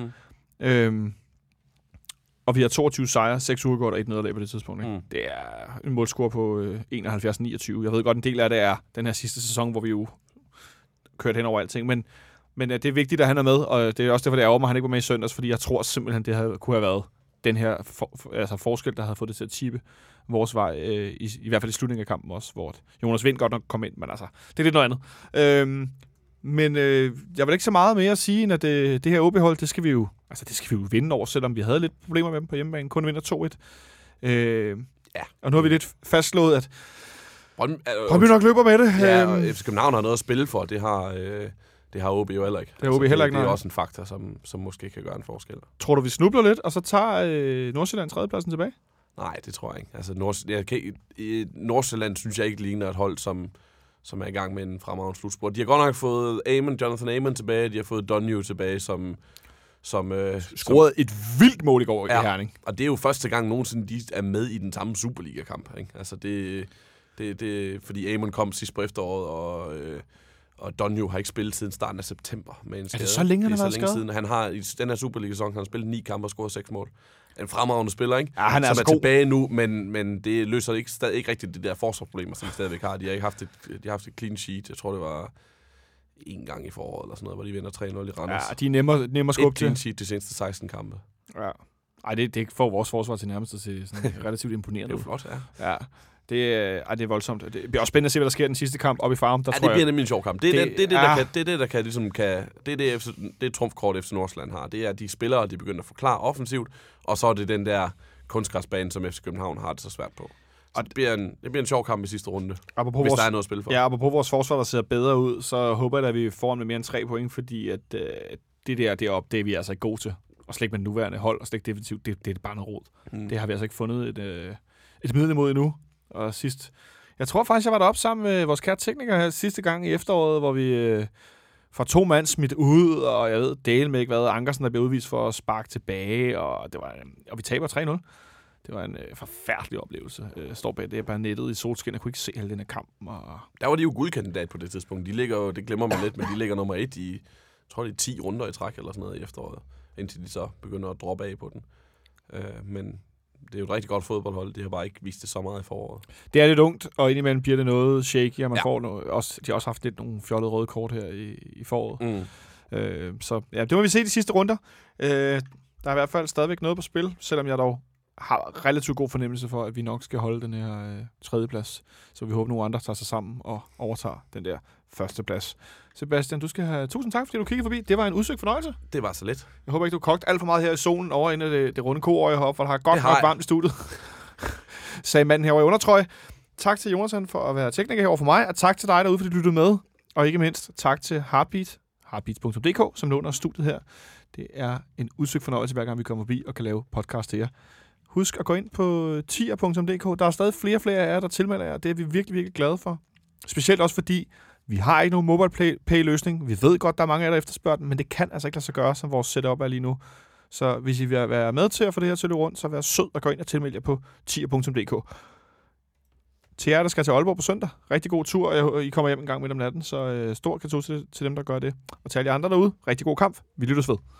Og vi har 22 sejre, 6 uafgjort og 1 nederlag på det tidspunkt. Ikke? Det er en målscore på 71-29. Jeg ved godt, en del af det er den her sidste sæson, hvor vi jo kørte hen over alting. Men det er vigtigt, at han er med, og det er også derfor, det ærger mig, at han ikke var med i søndags, fordi jeg tror simpelthen, det kunne have været den her forskel, der havde fået det til at chippe vores vej, i hvert fald i slutningen af kampen også, hvor Jonas Vind godt nok kom ind, men altså, det er lidt noget andet. Men jeg vil ikke så meget mere at sige, end at det her OB-hold, det skal vi jo vinde over, selvom vi havde lidt problemer med dem på hjemmebane. Kun vinder 2-1. Og nu har vi lidt fastslået, at Brøndby nok løber med det. Ja, og FC København har noget at spille for, det har OB jo heller ikke. Det er også en faktor, som måske kan gøre en forskel. Tror du, vi snubler lidt, og så tager Nordsjælland tredjepladsen tilbage? Nej, det tror jeg ikke. Altså, Nordsjælland synes jeg ikke ligner et hold, som er i gang med en fremragende slutspurt. De har godt nok fået Jonathan Amon tilbage, de har fået Donju tilbage, som scorede et vildt mål i går i Herning. Og det er jo første gang nogensinde, de er med i den samme Superliga-kamp. Ikke? Altså, det fordi Amon kom sidst på efteråret, og Donju har ikke spillet siden starten af september med en skade. Er det så længe, han har været skadet? Siden. Han har i den her Superliga-sæson, han har spillet 9 kampe og scoret 6 mål. En fremragende spiller, ikke? Ja, han er som er tilbage nu, men det løser ikke rigtigt de der forsvarsproblemer, som de stadigvæk har. De har ikke haft et clean sheet. Jeg tror, det var en gang i foråret eller sådan noget, hvor de vinder 3-0 i Randers. Ja, de er nemmere skub til. Et clean sheet de seneste 16 kampe. Ja. Ej, det får vores forsvar til nærmest at se sådan relativt imponerende. Det er jo flot, ja. Det er voldsomt. Det bliver også spændende at se, hvad der sker den sidste kamp op i Farum. Det bliver nemlig en sjov kamp. Det er det trumfkort FC Nordsjælland har. Det er de spillere, de begynder at forklare offensivt, og så er det den der kunstgræsbane, som FC København har det så svært på. Så det bliver en sjov kamp i sidste runde, hvis der er noget at spille for. Ja, og på vores forsvar, der ser bedre ud, så håber jeg, at vi får med mere end 3 point, fordi at det deroppe, det er vi altså ikke gode til. Og slet ikke med den nuværende hold, og slet ikke defensivt, det er bare noget rod. Det har vi altså ikke fundet et middel imod endnu. Og sidst, jeg tror faktisk, jeg var deroppe sammen med vores kære tekniker her sidste gang i efteråret, hvor vi fra 2 mand smidt ud, og jeg ved, dele med ikke hvad, Ankersen, der blev udvist for at sparke tilbage, og vi taber 3-0. Det var en forfærdelig oplevelse. Står bag det bare nettet i solskin, jeg kunne ikke se hele den her kamp. Og der var de jo guldkandidat på det tidspunkt. De ligger jo, det glemmer man lidt, men de ligger nummer 1 i, jeg tror det er 10 runder i træk eller sådan noget i efteråret, indtil de så begynder at droppe af på den. Men det er jo et rigtig godt fodboldhold. Det har bare ikke vist det så meget i foråret. Det er lidt ungt, og indimellem bliver det noget shaky, og man får de har også haft lidt nogle fjollede røde kort her i foråret. Så ja, det må vi se de sidste runder. Der er i hvert fald stadigvæk noget på spil, selvom jeg dog har relativt god fornemmelse for, at vi nok skal holde den her 3. plads. Så vi håber, nogle andre tager sig sammen og overtager den der 1. plads. Sebastian, du skal have tusind tak, fordi du kiggede forbi. Det var en udsøgt fornøjelse. Det var så lidt. Jeg håber ikke, du kogt alt for meget her i solen over inde i det runde koøje heroppe, for der har godt nok varmt i studiet. Sagde manden herovre i undertrøje. Tak til Jonathan for at være tekniker herovre for mig, og tak til dig derude, fordi du lyttede med. Og ikke mindst tak til heartbeat.dk, som låner studiet her. Det er en udsøgt fornøjelse, hver gang vi kommer forbi og kan lave podcast til jer. Husk at gå ind på tier.dk. Der er stadig flere af jer, der tilmelder jer, og det er vi virkelig, virkelig glade for. Specielt også fordi, vi har ikke nogen mobile pay-løsning. Vi ved godt, der er mange af jer, der efterspørger den, men det kan altså ikke lade sig gøre, som vores setup er lige nu. Så hvis I vil være med til at få det her til at løbe rundt, så vær sød og gå ind og tilmelde jer på tier.dk. Til jer, der skal til Aalborg på søndag, rigtig god tur, og I kommer hjem en gang midt om natten, så stor gratulje til dem, der gør det. Og til alle jer andre derude, rigtig god kamp. Vi lyttes ved.